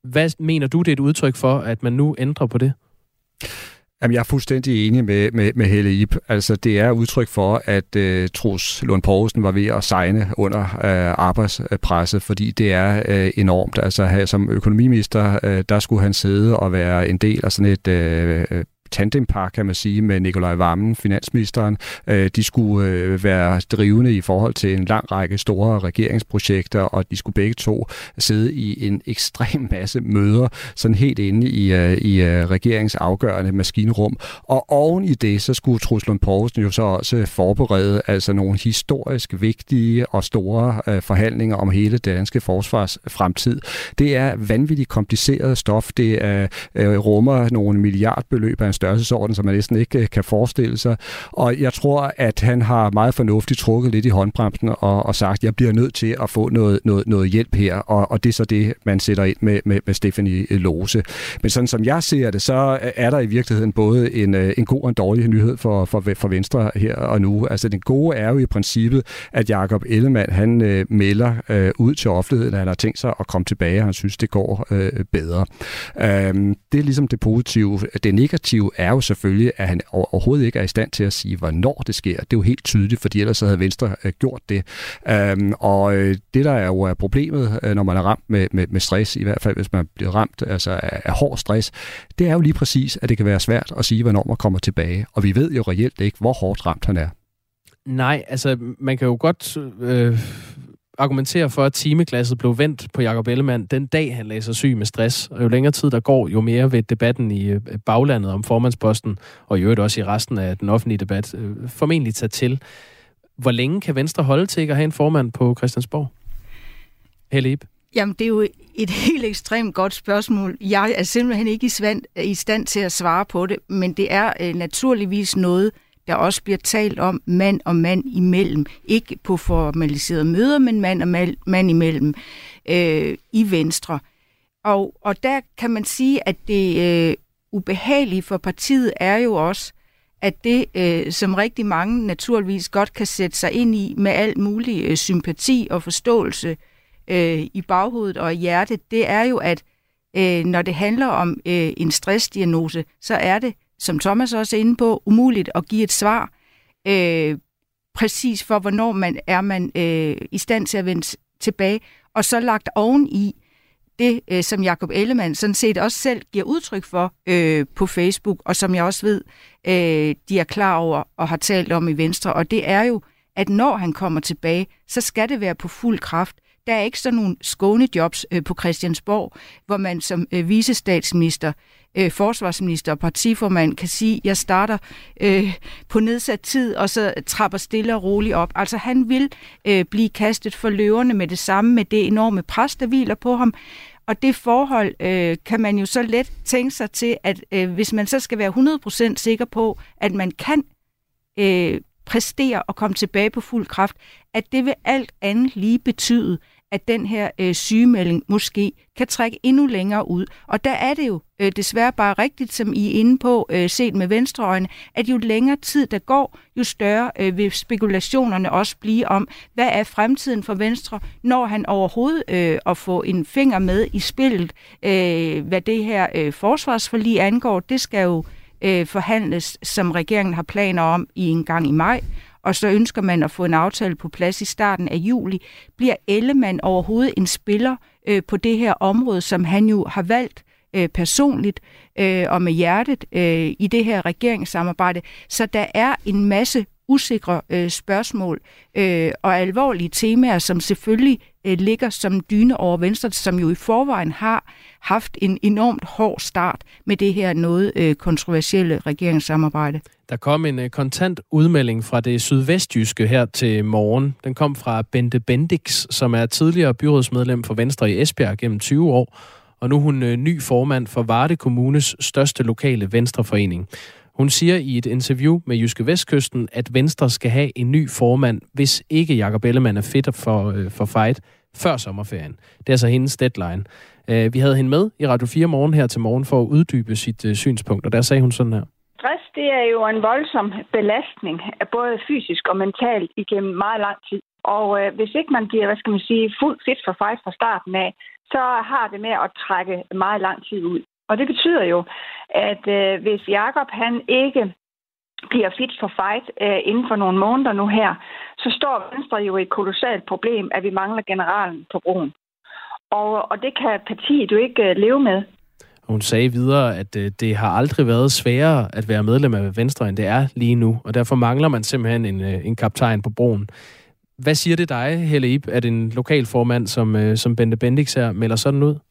Hvad mener du, det er et udtryk for, at man nu ændrer på det? Jamen, jeg er fuldstændig enig med, med, med Helle Ip. Altså, det er udtryk for, at uh, Troels Lund Poulsen var ved at signe under uh, arbejdspresset, fordi det er uh, enormt. Altså, her, som økonomiminister, uh, der skulle han sidde og være en del af sådan et uh, tandempar, kan man sige, med Nicolai Wammen, finansministeren. De skulle være drivende i forhold til en lang række store regeringsprojekter, og de skulle begge to sidde i en ekstrem masse møder, sådan helt inde i, i regeringsafgørende maskinrum. Og oven i det, så skulle Troels Lund Poulsen jo så også forberede altså nogle historisk vigtige og store forhandlinger om hele det danske forsvars fremtid. Det er vanvittigt kompliceret stof. Det er, rummer nogle milliardbeløb af en størrelsesorden, som man næsten ikke kan forestille sig. Og jeg tror, at han har meget fornuftigt trukket lidt i håndbremsen og, og sagt, at jeg bliver nødt til at få noget, noget, noget hjælp her, og, og det er så det, man sætter ind med, med, med Stephanie Lose. Men sådan som jeg ser det, så er der i virkeligheden både en, en god og en dårlig nyhed for, for, for Venstre her og nu. Altså den gode er jo i princippet, at Jakob Ellemann, han øh, melder øh, ud til offentligheden, at han har tænkt sig at komme tilbage, og han synes, det går øh, bedre. Øhm, det er ligesom det positive. Det negative er jo selvfølgelig, at han overhovedet ikke er i stand til at sige, hvornår det sker. Det er jo helt tydeligt, fordi ellers havde Venstre øh, gjort det. Øhm, og øh, det, der er jo er problemet, øh, når man er ramt med, med, med stress, i hvert fald hvis man bliver ramt altså, af, af hård stress, det er jo lige præcis, at det kan være svært at sige, hvornår man kommer tilbage. Og vi ved jo reelt ikke, hvor hårdt ramt han er. Nej, altså man kan jo godt øh, argumentere for, at timeglasset blev vendt på Jakob Ellemann den dag, han lagde sig syg med stress. Og jo længere tid der går, jo mere ved debatten i øh, baglandet om formandsposten, og i øvrigt også i resten af den offentlige debat, øh, formentlig tage til. Hvor længe kan Venstre holde til ikke at have en formand på Christiansborg? Helle Ip? Jamen, det er jo et helt ekstremt godt spørgsmål. Jeg er simpelthen ikke i stand, i stand til at svare på det, men det er øh, naturligvis noget, der også bliver talt om mand og mand imellem. Ikke på formaliserede møder, men mand og mand imellem øh, i Venstre. Og, og der kan man sige, at det øh, ubehagelige for partiet er jo også, at det, øh, som rigtig mange naturligvis godt kan sætte sig ind i med alt mulig øh, sympati og forståelse øh, i baghovedet og i hjertet, det er jo, at øh, når det handler om øh, en stressdiagnose, så er det, som Thomas også er inde på, umuligt at give et svar øh, præcis for, hvornår man er man øh, i stand til at vende tilbage. Og så lagt oven i det, øh, som Jakob Ellemann sådan set også selv giver udtryk for øh, på Facebook, og som jeg også ved, øh, de er klar over og har talt om i Venstre. Og det er jo, at når han kommer tilbage, så skal det være på fuld kraft. Der er ikke sådan nogle skånejobs øh, på Christiansborg, hvor man som øh, vicestatsminister, øh, forsvarsminister og partiformand kan sige, jeg starter øh, på nedsat tid, og så trapper stille og roligt op. Altså han vil øh, blive kastet for løverne med det samme, med det enorme pres, der hviler på ham. Og det forhold øh, kan man jo så let tænke sig til, at øh, hvis man så skal være hundrede procent sikker på, at man kan øh, præstere og komme tilbage på fuld kraft, at det vil alt andet lige betyde, at den her øh, sygemelding måske kan trække endnu længere ud. Og der er det jo øh, desværre bare rigtigt, som I er inde på, øh, set med venstre øjne, at jo længere tid der går, jo større øh, vil spekulationerne også blive om, hvad er fremtiden for Venstre, når han overhovedet øh, at få en finger med i spillet, øh, hvad det her øh, forsvarsforlig angår. Det skal jo øh, forhandles, som regeringen har planer om i en gang i maj, og så ønsker man at få en aftale på plads i starten af juli. Bliver Ellemann overhovedet en spiller øh, på det her område, som han jo har valgt øh, personligt øh, og med hjertet øh, i det her regeringssamarbejde? Så der er en masse usikre øh, spørgsmål øh, og alvorlige temaer, som selvfølgelig øh, ligger som dyne over Venstre, som jo i forvejen har haft en enormt hård start med det her noget øh, kontroversielle regeringssamarbejde. Der kom en uh, kontant udmelding fra det sydvestjyske her til morgen. Den kom fra Bente Bendix, som er tidligere byrådsmedlem for Venstre i Esbjerg gennem tyve år, og nu er hun uh, ny formand for Varde Kommunes største lokale venstreforening. Hun siger i et interview med Jyske Vestkysten, at Venstre skal have en ny formand, hvis ikke Jakob Ellemann er fit for, uh, for fight før sommerferien. Det er altså hendes deadline. Uh, vi havde hende med i Radio fire morgen her til morgen for at uddybe sit uh, synspunkt, og der sagde hun sådan her. Stress, det er jo en voldsom belastning, både fysisk og mentalt, igennem meget lang tid. Og øh, hvis ikke man giver, hvad skal man sige, fuld fit for fight fra starten af, så har det med at trække meget lang tid ud. Og det betyder jo, at øh, hvis Jakob han ikke bliver fit for fight øh, inden for nogle måneder nu her, så står Venstre jo i et kolossalt problem, at vi mangler generalen på broen. Og, og det kan partiet jo ikke øh, leve med. Hun sagde videre, at øh, det har aldrig været sværere at være medlem af Venstre, end det er lige nu. Og derfor mangler man simpelthen en, øh, en kaptajn på broen. Hvad siger det dig, Helle Ib, at en lokalformand som, øh, som Bente Bendix her melder sådan ud?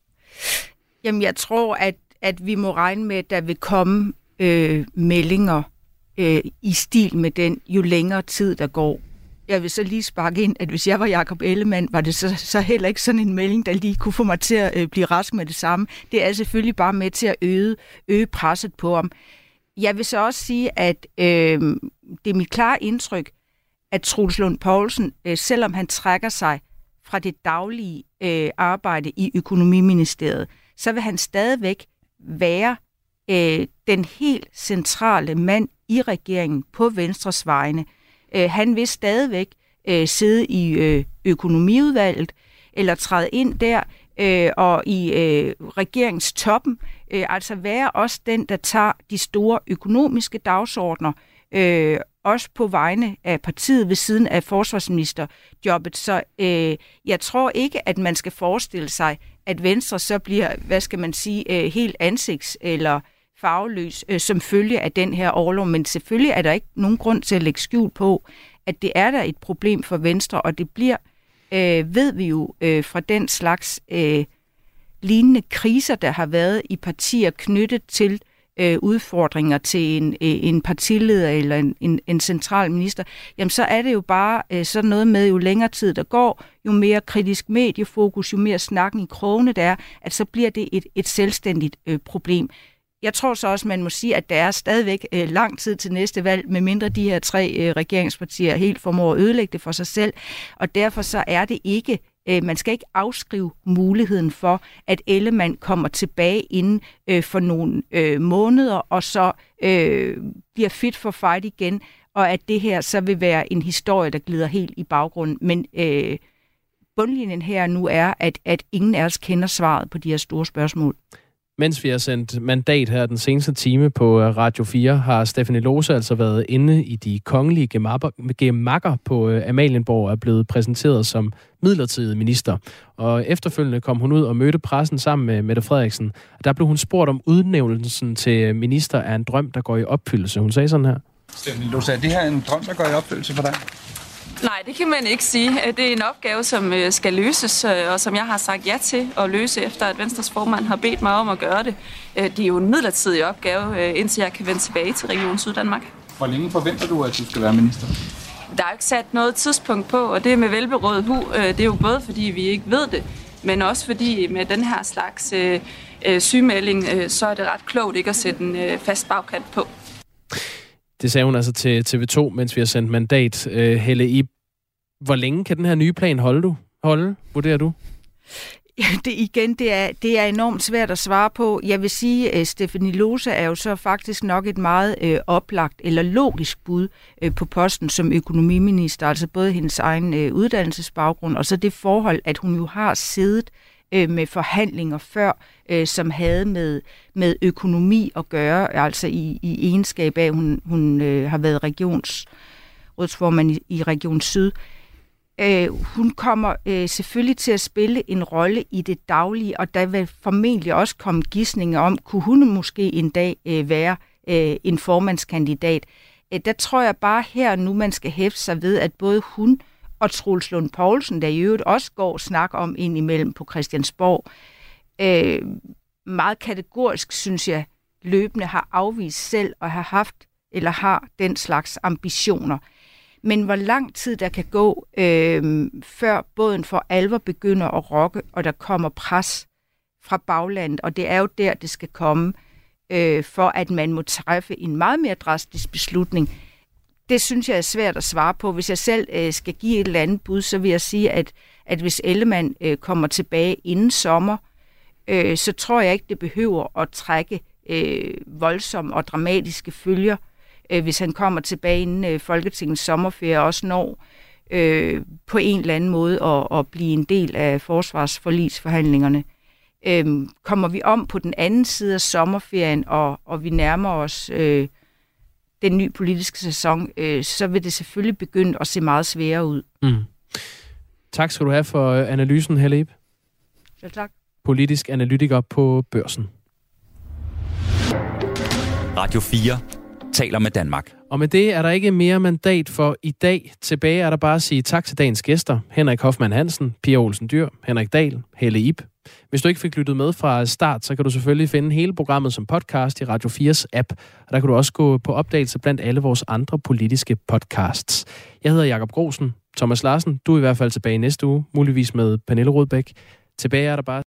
Jamen, jeg tror, at, at vi må regne med, at der vil komme øh, meldinger øh, i stil med den, jo længere tid der går. Jeg vil så lige sparke ind, at hvis jeg var Jakob Ellemann, var det så, så heller ikke sådan en melding, der lige kunne få mig til at øh, blive rask med det samme. Det er selvfølgelig bare med til at øge, øge presset på ham. Jeg vil så også sige, at øh, det er mit klare indtryk, at Troels Lund Poulsen, øh, selvom han trækker sig fra det daglige øh, arbejde i Økonomiministeriet, så vil han stadigvæk være øh, den helt centrale mand i regeringen på Venstres vegne. Øh, han vil stadigvæk øh, sidde i øh, økonomiudvalget, eller træde ind der, øh, og i øh, regeringstoppen, øh, altså være også den, der tager de store økonomiske dagsordner, øh, også på vegne af partiet ved siden af forsvarsministerjobbet. Så øh, jeg tror ikke, at man skal forestille sig, at Venstre så bliver, hvad skal man sige, øh, helt ansigts- eller farveløs øh, som følge af den her orlov. Men selvfølgelig er der ikke nogen grund til at lægge skjul på, at det er der et problem for Venstre, og det bliver, øh, ved vi jo, øh, fra den slags øh, lignende kriser, der har været i partier knyttet til øh, udfordringer til en, øh, en partileder eller en, en, en central minister, jamen så er det jo bare øh, sådan noget med, jo længere tid der går, jo mere kritisk mediefokus, jo mere snakken i krogene der er, at så bliver det et, et selvstændigt øh, problem. Jeg tror så også, man må sige, at der er stadigvæk øh, lang tid til næste valg, medmindre de her tre øh, regeringspartier helt formår at ødelægge det for sig selv. Og derfor så er det ikke, øh, man skal ikke afskrive muligheden for, at Ellemann kommer tilbage inden øh, for nogle øh, måneder, og så øh, bliver fit for fight igen, og at det her så vil være en historie, der glider helt i baggrunden. Men øh, bundlinjen her nu er, at, at ingen af os kender svaret på de her store spørgsmål. Mens vi har sendt mandat her den seneste time på Radio fire, har Stephanie Lose altså været inde i de kongelige gemakker på Amalienborg og er blevet præsenteret som midlertidig minister. Og efterfølgende kom hun ud og mødte pressen sammen med Mette Frederiksen. Og der blev hun spurgt om udnævnelsen til minister er en drøm, der går i opfyldelse. Hun sagde sådan her. Stephanie Lose, er det her en drøm, der går i opfyldelse for dig? Nej, det kan man ikke sige. Det er en opgave, som skal løses, og som jeg har sagt ja til at løse, efter at Venstres formand har bedt mig om at gøre det. Det er jo en midlertidig opgave, indtil jeg kan vende tilbage til Region Syddanmark. Hvor længe forventer du, at du skal være minister? Der er jo ikke sat noget tidspunkt på, og det med velberådet hu, det er jo både fordi, vi ikke ved det, men også fordi med den her slags sygemelding, så er det ret klogt ikke at sætte en fast bagkant på. Det sagde hun altså til T V to, mens vi har sendt mandat. Uh, Helle Ib, hvor længe kan den her nye plan holde, du? holde vurderer du? Ja, det, igen, det er, det er enormt svært at svare på. Jeg vil sige, at Stephanie Lose er jo så faktisk nok et meget øh, oplagt eller logisk bud øh, på posten som økonomiminister. Altså både hendes egen øh, uddannelsesbaggrund, og så det forhold, at hun jo har siddet øh, med forhandlinger før, øh, som havde med, med økonomi at gøre, altså i, i egenskab af, at hun, hun øh, har været regionsrådsformand i, i Region Syd. Øh, hun kommer øh, selvfølgelig til at spille en rolle i det daglige, og der vil formentlig også komme gidsninger om, kunne hun måske en dag øh, være øh, en formandskandidat. Øh, der tror jeg bare her nu, man skal hæfte sig ved, at både hun og Troels Lund Poulsen, der i øvrigt også går og snakker om indimellem på Christiansborg, øh, meget kategorisk, synes jeg, løbende har afvist selv og har haft eller har den slags ambitioner. Men hvor lang tid der kan gå, øh, før båden for alvor begynder at rokke, og der kommer pres fra baglandet, og det er jo der, det skal komme, øh, for at man må træffe en meget mere drastisk beslutning. Det synes jeg er svært at svare på. Hvis jeg selv øh, skal give et eller andet bud, så vil jeg sige, at, at hvis Ellemann øh, kommer tilbage inden sommer, øh, så tror jeg ikke, det behøver at trække øh, voldsomme og dramatiske følger, hvis han kommer tilbage inden øh, Folketingets sommerferie også når. øh, på en eller anden måde at, at blive en del af forsvarsforligsforhandlingerne. Øh, kommer vi om på den anden side af sommerferien, og, og vi nærmer os øh, den nye politiske sæson, øh, så vil det selvfølgelig begynde at se meget sværere ud. Mm. Tak skal du have for analysen, Helle Ib. Selv tak. Politisk analytiker på Børsen. Radio fire taler med Danmark. Og med det er der ikke mere mandat for i dag. Tilbage er der bare at sige tak til dagens gæster. Henrik Hoffmann Hansen, Pia Olsen Dyhr, Henrik Dahl, Helle Ib. Hvis du ikke fik lyttet med fra start, så kan du selvfølgelig finde hele programmet som podcast i Radio fires app. Og der kan du også gå på opdagelse blandt alle vores andre politiske podcasts. Jeg hedder Jakob Grosen. Thomas Larsen, du er i hvert fald tilbage næste uge, muligvis med Pernille Rodbæk. Tilbage er der bare